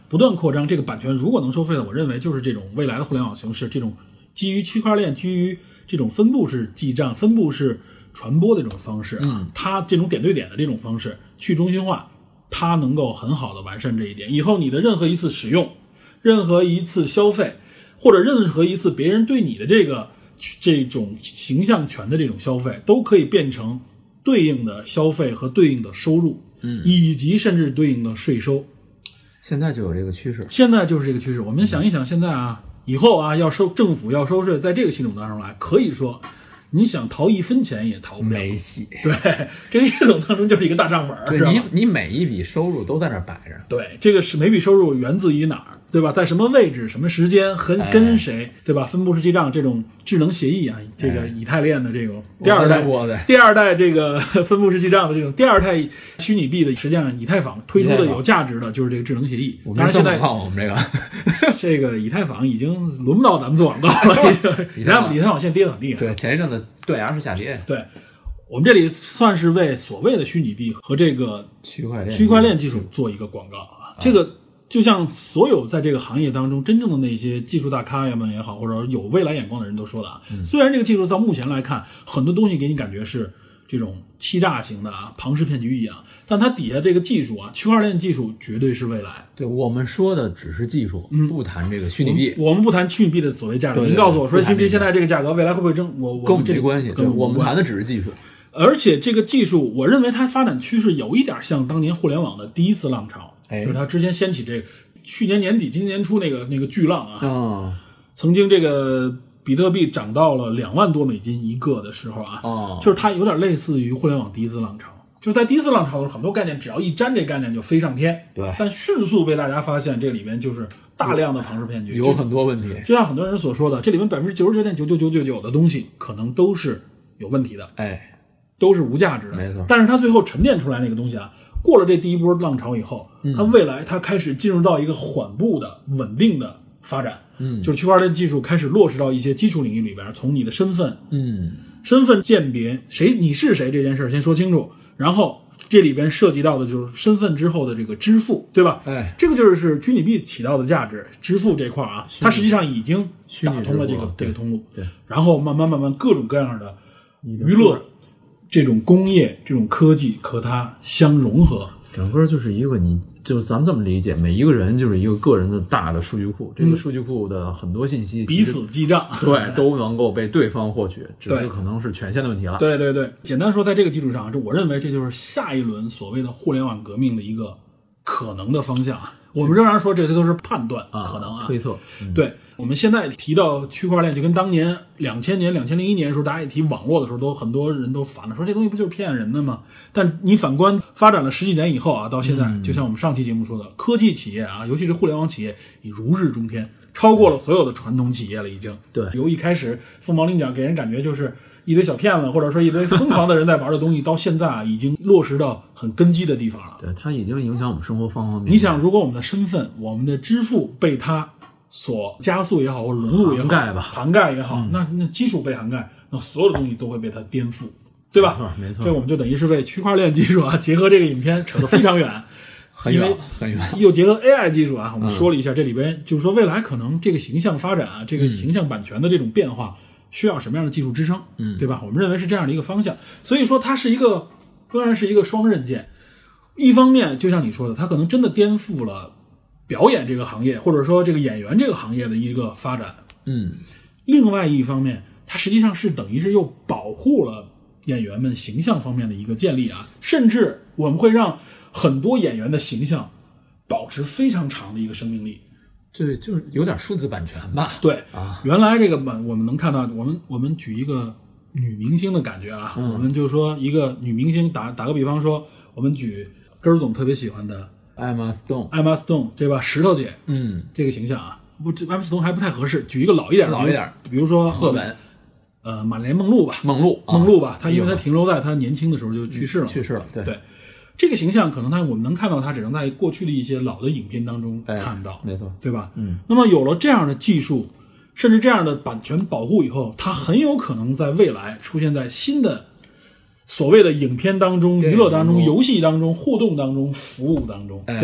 不断扩张。这个版权如果能收费的，我认为就是这种未来的互联网形式，这种基于区块链、基于这种分布式记账、分布式传播的这种方式啊， 嗯、 它这种点对点的这种方式，去中心化，它能够很好的完善这一点。以后你的任何一次使用，任何一次消费，或者任何一次别人对你的这个这种形象权的这种消费，都可以变成对应的消费和对应的收入， 嗯， 以及甚至对应的税收。 现在就有这个趋势， 现在就是这个趋势。我们想一想，现在啊，以后啊，要收政府要收税，在这个系统当中来，可以说你想逃一分钱也逃不了， 没戏。 对，这个系统当中就是一个大账本， 对你你每一笔收入都在那儿摆着。 对，这个是每笔收入源自于哪儿，对吧？在什么位置、什么时间和跟谁，哎、对吧？分布式记账这种智能协议啊，这个以太链的这种第二代，第二代这个分布式记账的这种第二代虚拟币的，实际上以太坊推出的有价值的就是这个智能协议。当然现在我们这个这个以太坊已经轮不到咱们做广告了，已经以太坊以太坊现在跌得很厉害。 对，前一阵子断崖式下跌。 对。我们这里算是为所谓的虚拟币和这个区块链区块链技术做一个广告啊。这个就像所有在这个行业当中真正的那些技术大咖们也好，或者有未来眼光的人都说的啊，嗯、虽然这个技术到目前来看，很多东西给你感觉是这种欺诈型的啊，庞氏骗局一样，但它底下这个技术啊，区块链技术绝对是未来。 对，我们说的只是技术，嗯、不谈这个虚拟币。 我们不谈虚拟币的所谓价值。您告诉我说，虚拟币现在这个价格未来会不会升？我我跟我们这没关系， 跟我们谈的只是技术。 而且这个技术，我认为它发展趋势有一点像当年互联网的第一次浪潮， 哎、 就是它之前掀起这个去年年底、今年初那个那个巨浪啊， 哦、 曾经这个比特币涨到了两万多美金一个的时候啊， 哦、 就是它有点类似于互联网第一次浪潮。就在第一次浪潮的时候，很多概念只要一沾这概念就飞上天， 对， 但迅速被大家发现这里面就是大量的庞氏骗局， 有很多问题。 就像很多人所说的，这里面百分之九十九点九九九九九的东西可能都是有问题的， 哎。 都是无价值的， 没错。 但是它最后沉淀出来那个东西啊，过了这第一波浪潮以后， 嗯、 它未来它开始进入到一个缓步的、稳定的发展。 嗯， 就是区块链技术开始落实到一些基础领域里边，从你的身份， 嗯， 身份鉴别谁你是谁这件事先说清楚，然后这里边涉及到的就是身份之后的这个支付，对吧？ 哎， 这个就是虚拟币起到的价值，支付这块啊，它实际上已经打通了这个这个通路， 对， 然后慢慢慢慢各种各样的娱乐。这种工业、这种科技和它相融合， 整个就是一个你，就是咱们这么理解，每一个人就是一个个人的大的数据库，这个数据库的很多信息彼此记账， 对，都能够被对方获取，只是可能是权限的问题了。 对对对，简单说，在这个基础上，这我认为这就是下一轮所谓的互联网革命的一个可能的方向。我们仍然说这些都是判断， 啊、 可能啊， 推测。 嗯、对，我们现在提到区块链，就跟当年两千年、两千零一年的时候，大家一提网络的时候，都很多人都反了，说这东西不就是骗人的吗？但你反观发展了十几年以后啊，到现在， 嗯、 就像我们上期节目说的，科技企业啊，尤其是互联网企业，已如日中天，超过了所有的传统企业了，已经。 对， 由一开始凤毛麟角，给人感觉就是一堆小骗子，或者说一堆疯狂的人在玩的东西，到现在啊，已经落实到很根基的地方了。 对，它已经影响我们生活方方面面。 你想，如果我们的身份、我们的支付被它所加速也好，或者融入也好， 涵盖吧， 涵盖也好，嗯、那那基础被涵盖，那所有的东西都会被它颠覆，对吧？ 没错，没错。 这我们就等于是为区块链技术啊，结合这个影片扯得非常远。 很远很远， 又结合 A I 技术啊，我们说了一下，这里边就是说未来可能这个形象发展啊，这个形象版权的这种变化，需要什么样的技术支撑， 嗯， 对吧？我们认为是这样的一个方向，所以说它是一个，当然是一个双刃剑。一方面，就像你说的，它可能真的颠覆了表演这个行业，或者说这个演员这个行业的一个发展， 嗯。 另外一方面，它实际上是等于是又保护了演员们形象方面的一个建立啊，甚至我们会让很多演员的形象保持非常长的一个生命力， 对，就是有点数字版权吧。 对啊， 原来这个版我们能看到，我们我们举一个女明星的感觉啊， 嗯、 我们就说一个女明星，打打个比方说，我们举根儿总特别喜欢的艾玛斯顿， 艾玛斯顿对吧？石头姐， 嗯， 这个形象啊，不，艾玛斯顿还不太合适，举一个老一点的， 老一点， 比如说赫本。 呃，玛莲梦露吧， 梦露， 梦露吧，她因为她停留在她年轻的时候就去世了， 去世了，对对，这个形象可能她我们能看到她只能在过去的一些老的影片当中看到， 哎、没错， 对吧？ 嗯， 那么有了这样的技术，甚至这样的版权保护以后，它很有可能在未来出现在新的所谓的影片当中、娱乐当中、游戏当中、互动当中、服务当中， 哎、 对吧？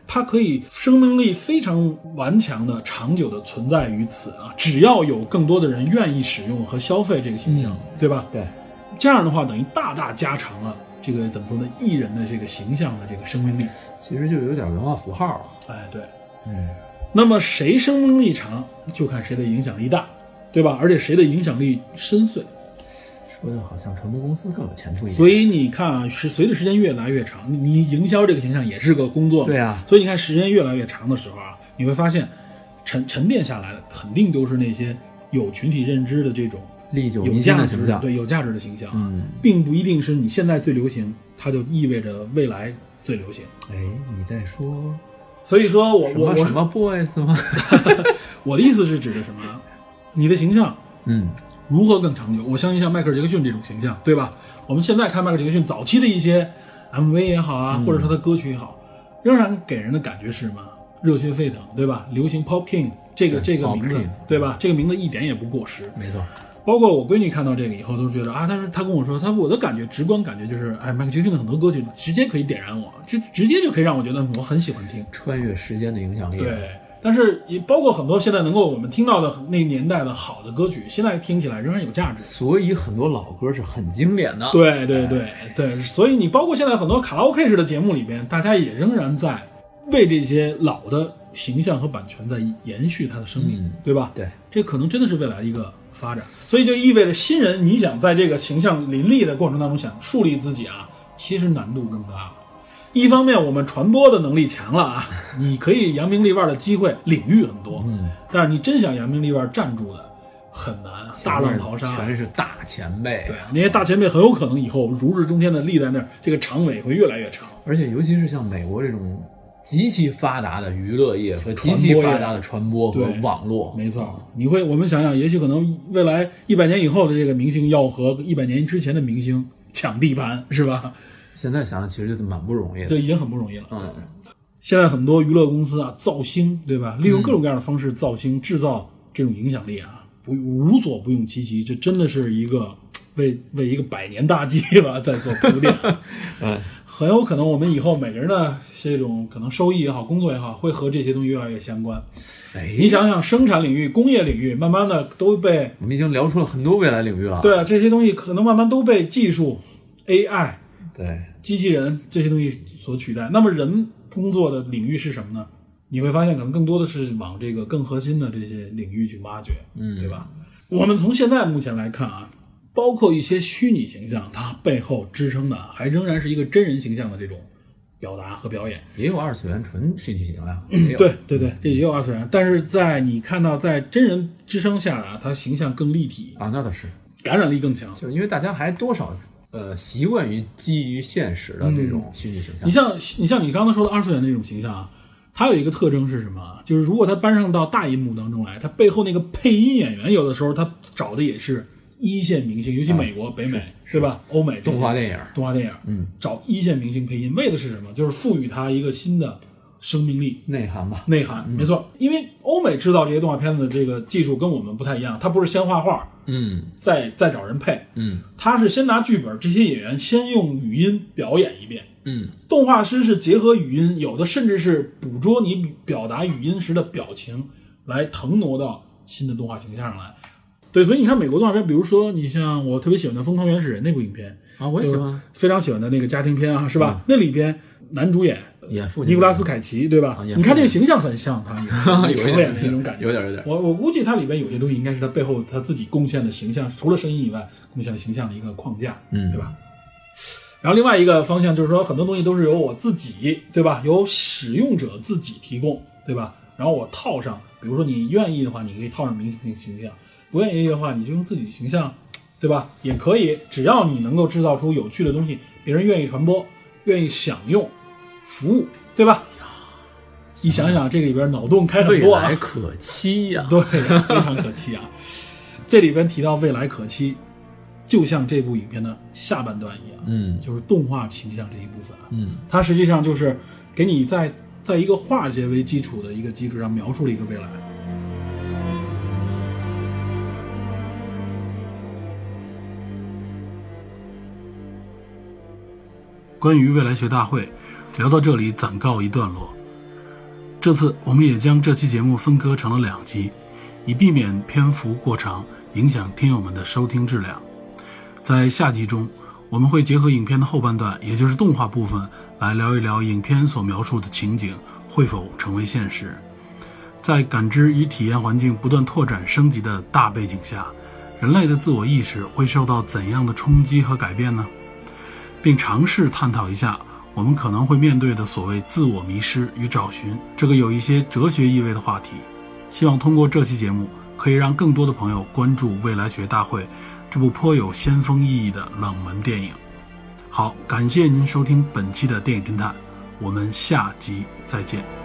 它可以生命力非常顽强的长久的存在于此啊，只要有更多的人愿意使用和消费这个形象、嗯、对吧？ 对， 这样的话等于大大加长了这个怎么说呢，艺人的这个形象的这个生命力， 其实就有点文化符号了。 哎，对， 嗯， 那么谁生命力长就看谁的影响力大，对吧？而且谁的影响力深邃， 说的好像传播公司更有前途一点。 所以你看啊，是随着时间越来越长，你营销这个形象也是个工作嘛， 对啊， 所以你看时间越来越长的时候啊，你会发现沉沉淀下来的肯定都是那些有群体认知的这种历久弥有价值新的形象， 对有价值的形象， 嗯， 并不一定是你现在最流行，它就意味着未来最流行。 哎，你在说？ 所以说我我我什么 boys 吗？ 我的意思是指的什么？你的形象， 嗯。 如何更长久？我相信像迈克尔·杰克逊这种形象，对吧？我们现在看迈克尔·杰克逊早期的一些 M V 也好啊，嗯、或者说他歌曲也好，仍然给人的感觉是什么？热血沸腾，对吧？流行 Pop King 这个这个名字，对吧？这个名字一点也不过时， 没错。 包括我闺女看到这个以后，都觉得啊，她是她跟我说，她我的感觉直观感觉就是，哎，迈克尔·杰克逊的很多歌曲直接可以点燃我，直直接就可以让我觉得我很喜欢听， 穿越时间的影响力。 对。但是也包括很多现在能够我们听到的那个年代的好的歌曲，现在听起来仍然有价值。 所以很多老歌是很经典的。 对对对对，所以你包括现在很多卡拉 OK 式的节目里边，大家也仍然在为这些老的形象和版权在延续它的生命，嗯、对吧？ 对， 这可能真的是未来一个发展。所以就意味着新人你想在这个形象林立的过程当中想树立自己啊，其实难度更大了。一方面我们传播的能力强了啊，你可以扬名立万的机会领域很多，嗯，但是你真想扬名立万站住的很难，大浪淘沙， 全是大前辈， 对，那些大前辈很有可能以后如日中天的立在那儿，这个长尾会越来越长。 而且尤其是像美国这种极其发达的娱乐业和极其发达的传播和网络， 没错，你会我们想想，也许可能未来一百年以后的这个明星要和一百年之前的明星抢地盘，是吧？ 现在想想其实就蛮不容易的， 这已经很不容易了。 嗯， 现在很多娱乐公司啊，造星，对吧？利用各种各样的方式造星，制造这种影响力啊，不无所不用其极。这真的是一个为为一个百年大计吧在做铺垫。 嗯， 很有可能我们以后每个人的这种可能收益也好，工作也好，会和这些东西越来越相关。 哎， 你想想，生产领域、工业领域，慢慢的都被我们已经聊出了很多未来领域了。 对啊，这些东西可能慢慢都被技术、A I。 对， 机器人这些东西所取代，那么人工作的领域是什么呢？你会发现可能更多的是往这个更核心的这些领域去挖掘，嗯，对吧？我们从现在目前来看啊，包括一些虚拟形象，它背后支撑的还仍然是一个真人形象的这种表达和表演， 也有二次元纯虚拟形象， 嗯、对对对，这也有二次元，但是在你看到在真人支撑下啊，它形象更立体啊，那倒是感染力更强， 就是因为大家还多少。呃，习惯于基于现实的这种虚拟形象。 嗯、你像你像你刚才说的二次元的这种形象啊，它有一个特征是什么？就是如果它搬上到大银幕当中来，它背后那个配音演员有的时候他找的也是一线明星，尤其美国、啊、北美，对吧？欧美动画电影， 动画电影，嗯，找一线明星配音，为的是什么？就是赋予它一个新的生命力、 内涵吧。 内涵， 嗯、 没错。因为欧美制造这些动画片的这个技术跟我们不太一样，它不是先画画。 嗯， 再再找人配， 嗯， 他是先拿剧本，这些演员先用语音表演一遍， 嗯， 动画师是结合语音，有的甚至是捕捉你表达语音时的表情，来腾挪到新的动画形象上来。对，所以你看美国动画片，比如说你像我特别喜欢的《疯狂原始人》那部影片啊，我也喜欢， 非常喜欢的那个家庭片啊，是吧？嗯、那里边男主演。 演父亲尼古拉斯凯奇，对吧？ 啊、 你看这个形象很像他，有长脸的那种感觉， 有点有点。 我我估计他里边有些东西应该是他背后他自己贡献的形象，除了声音以外，贡献的形象的一个框架， 嗯， 对吧？然后另外一个方向就是说，很多东西都是由我自己，对吧？由使用者自己提供，对吧？然后我套上，比如说你愿意的话，你可以套上明星形象；不愿意的话，你就用自己形象，对吧？也可以，只要你能够制造出有趣的东西，别人愿意传播，愿意享用。服务，对吧？你想想，这个里边脑洞开很多啊， 未来可期呀、啊， 对，非常可期啊。这里边提到未来可期，就像这部影片的下半段一样， 嗯， 就是动画形象这一部分啊， 嗯， 它实际上就是给你在在一个化解为基础的一个基础上描述了一个未来。关于未来学大会。聊到这里暂告一段落， 这次我们也将这期节目分割成了两集，以避免篇幅过长，影响听友们的收听质量。在下集中，我们会结合影片的后半段，也就是动画部分，来聊一聊影片所描述的情景会否成为现实。在感知与体验环境不断拓展升级的大背景下，人类的自我意识会受到怎样的冲击和改变呢？并尝试探讨一下我们可能会面对的所谓自我迷失与找寻这个有一些哲学意味的话题。希望通过这期节目，可以让更多的朋友关注未来学大会这部颇有先锋意义的冷门电影。好，感谢您收听本期的电影侦探，我们下集再见。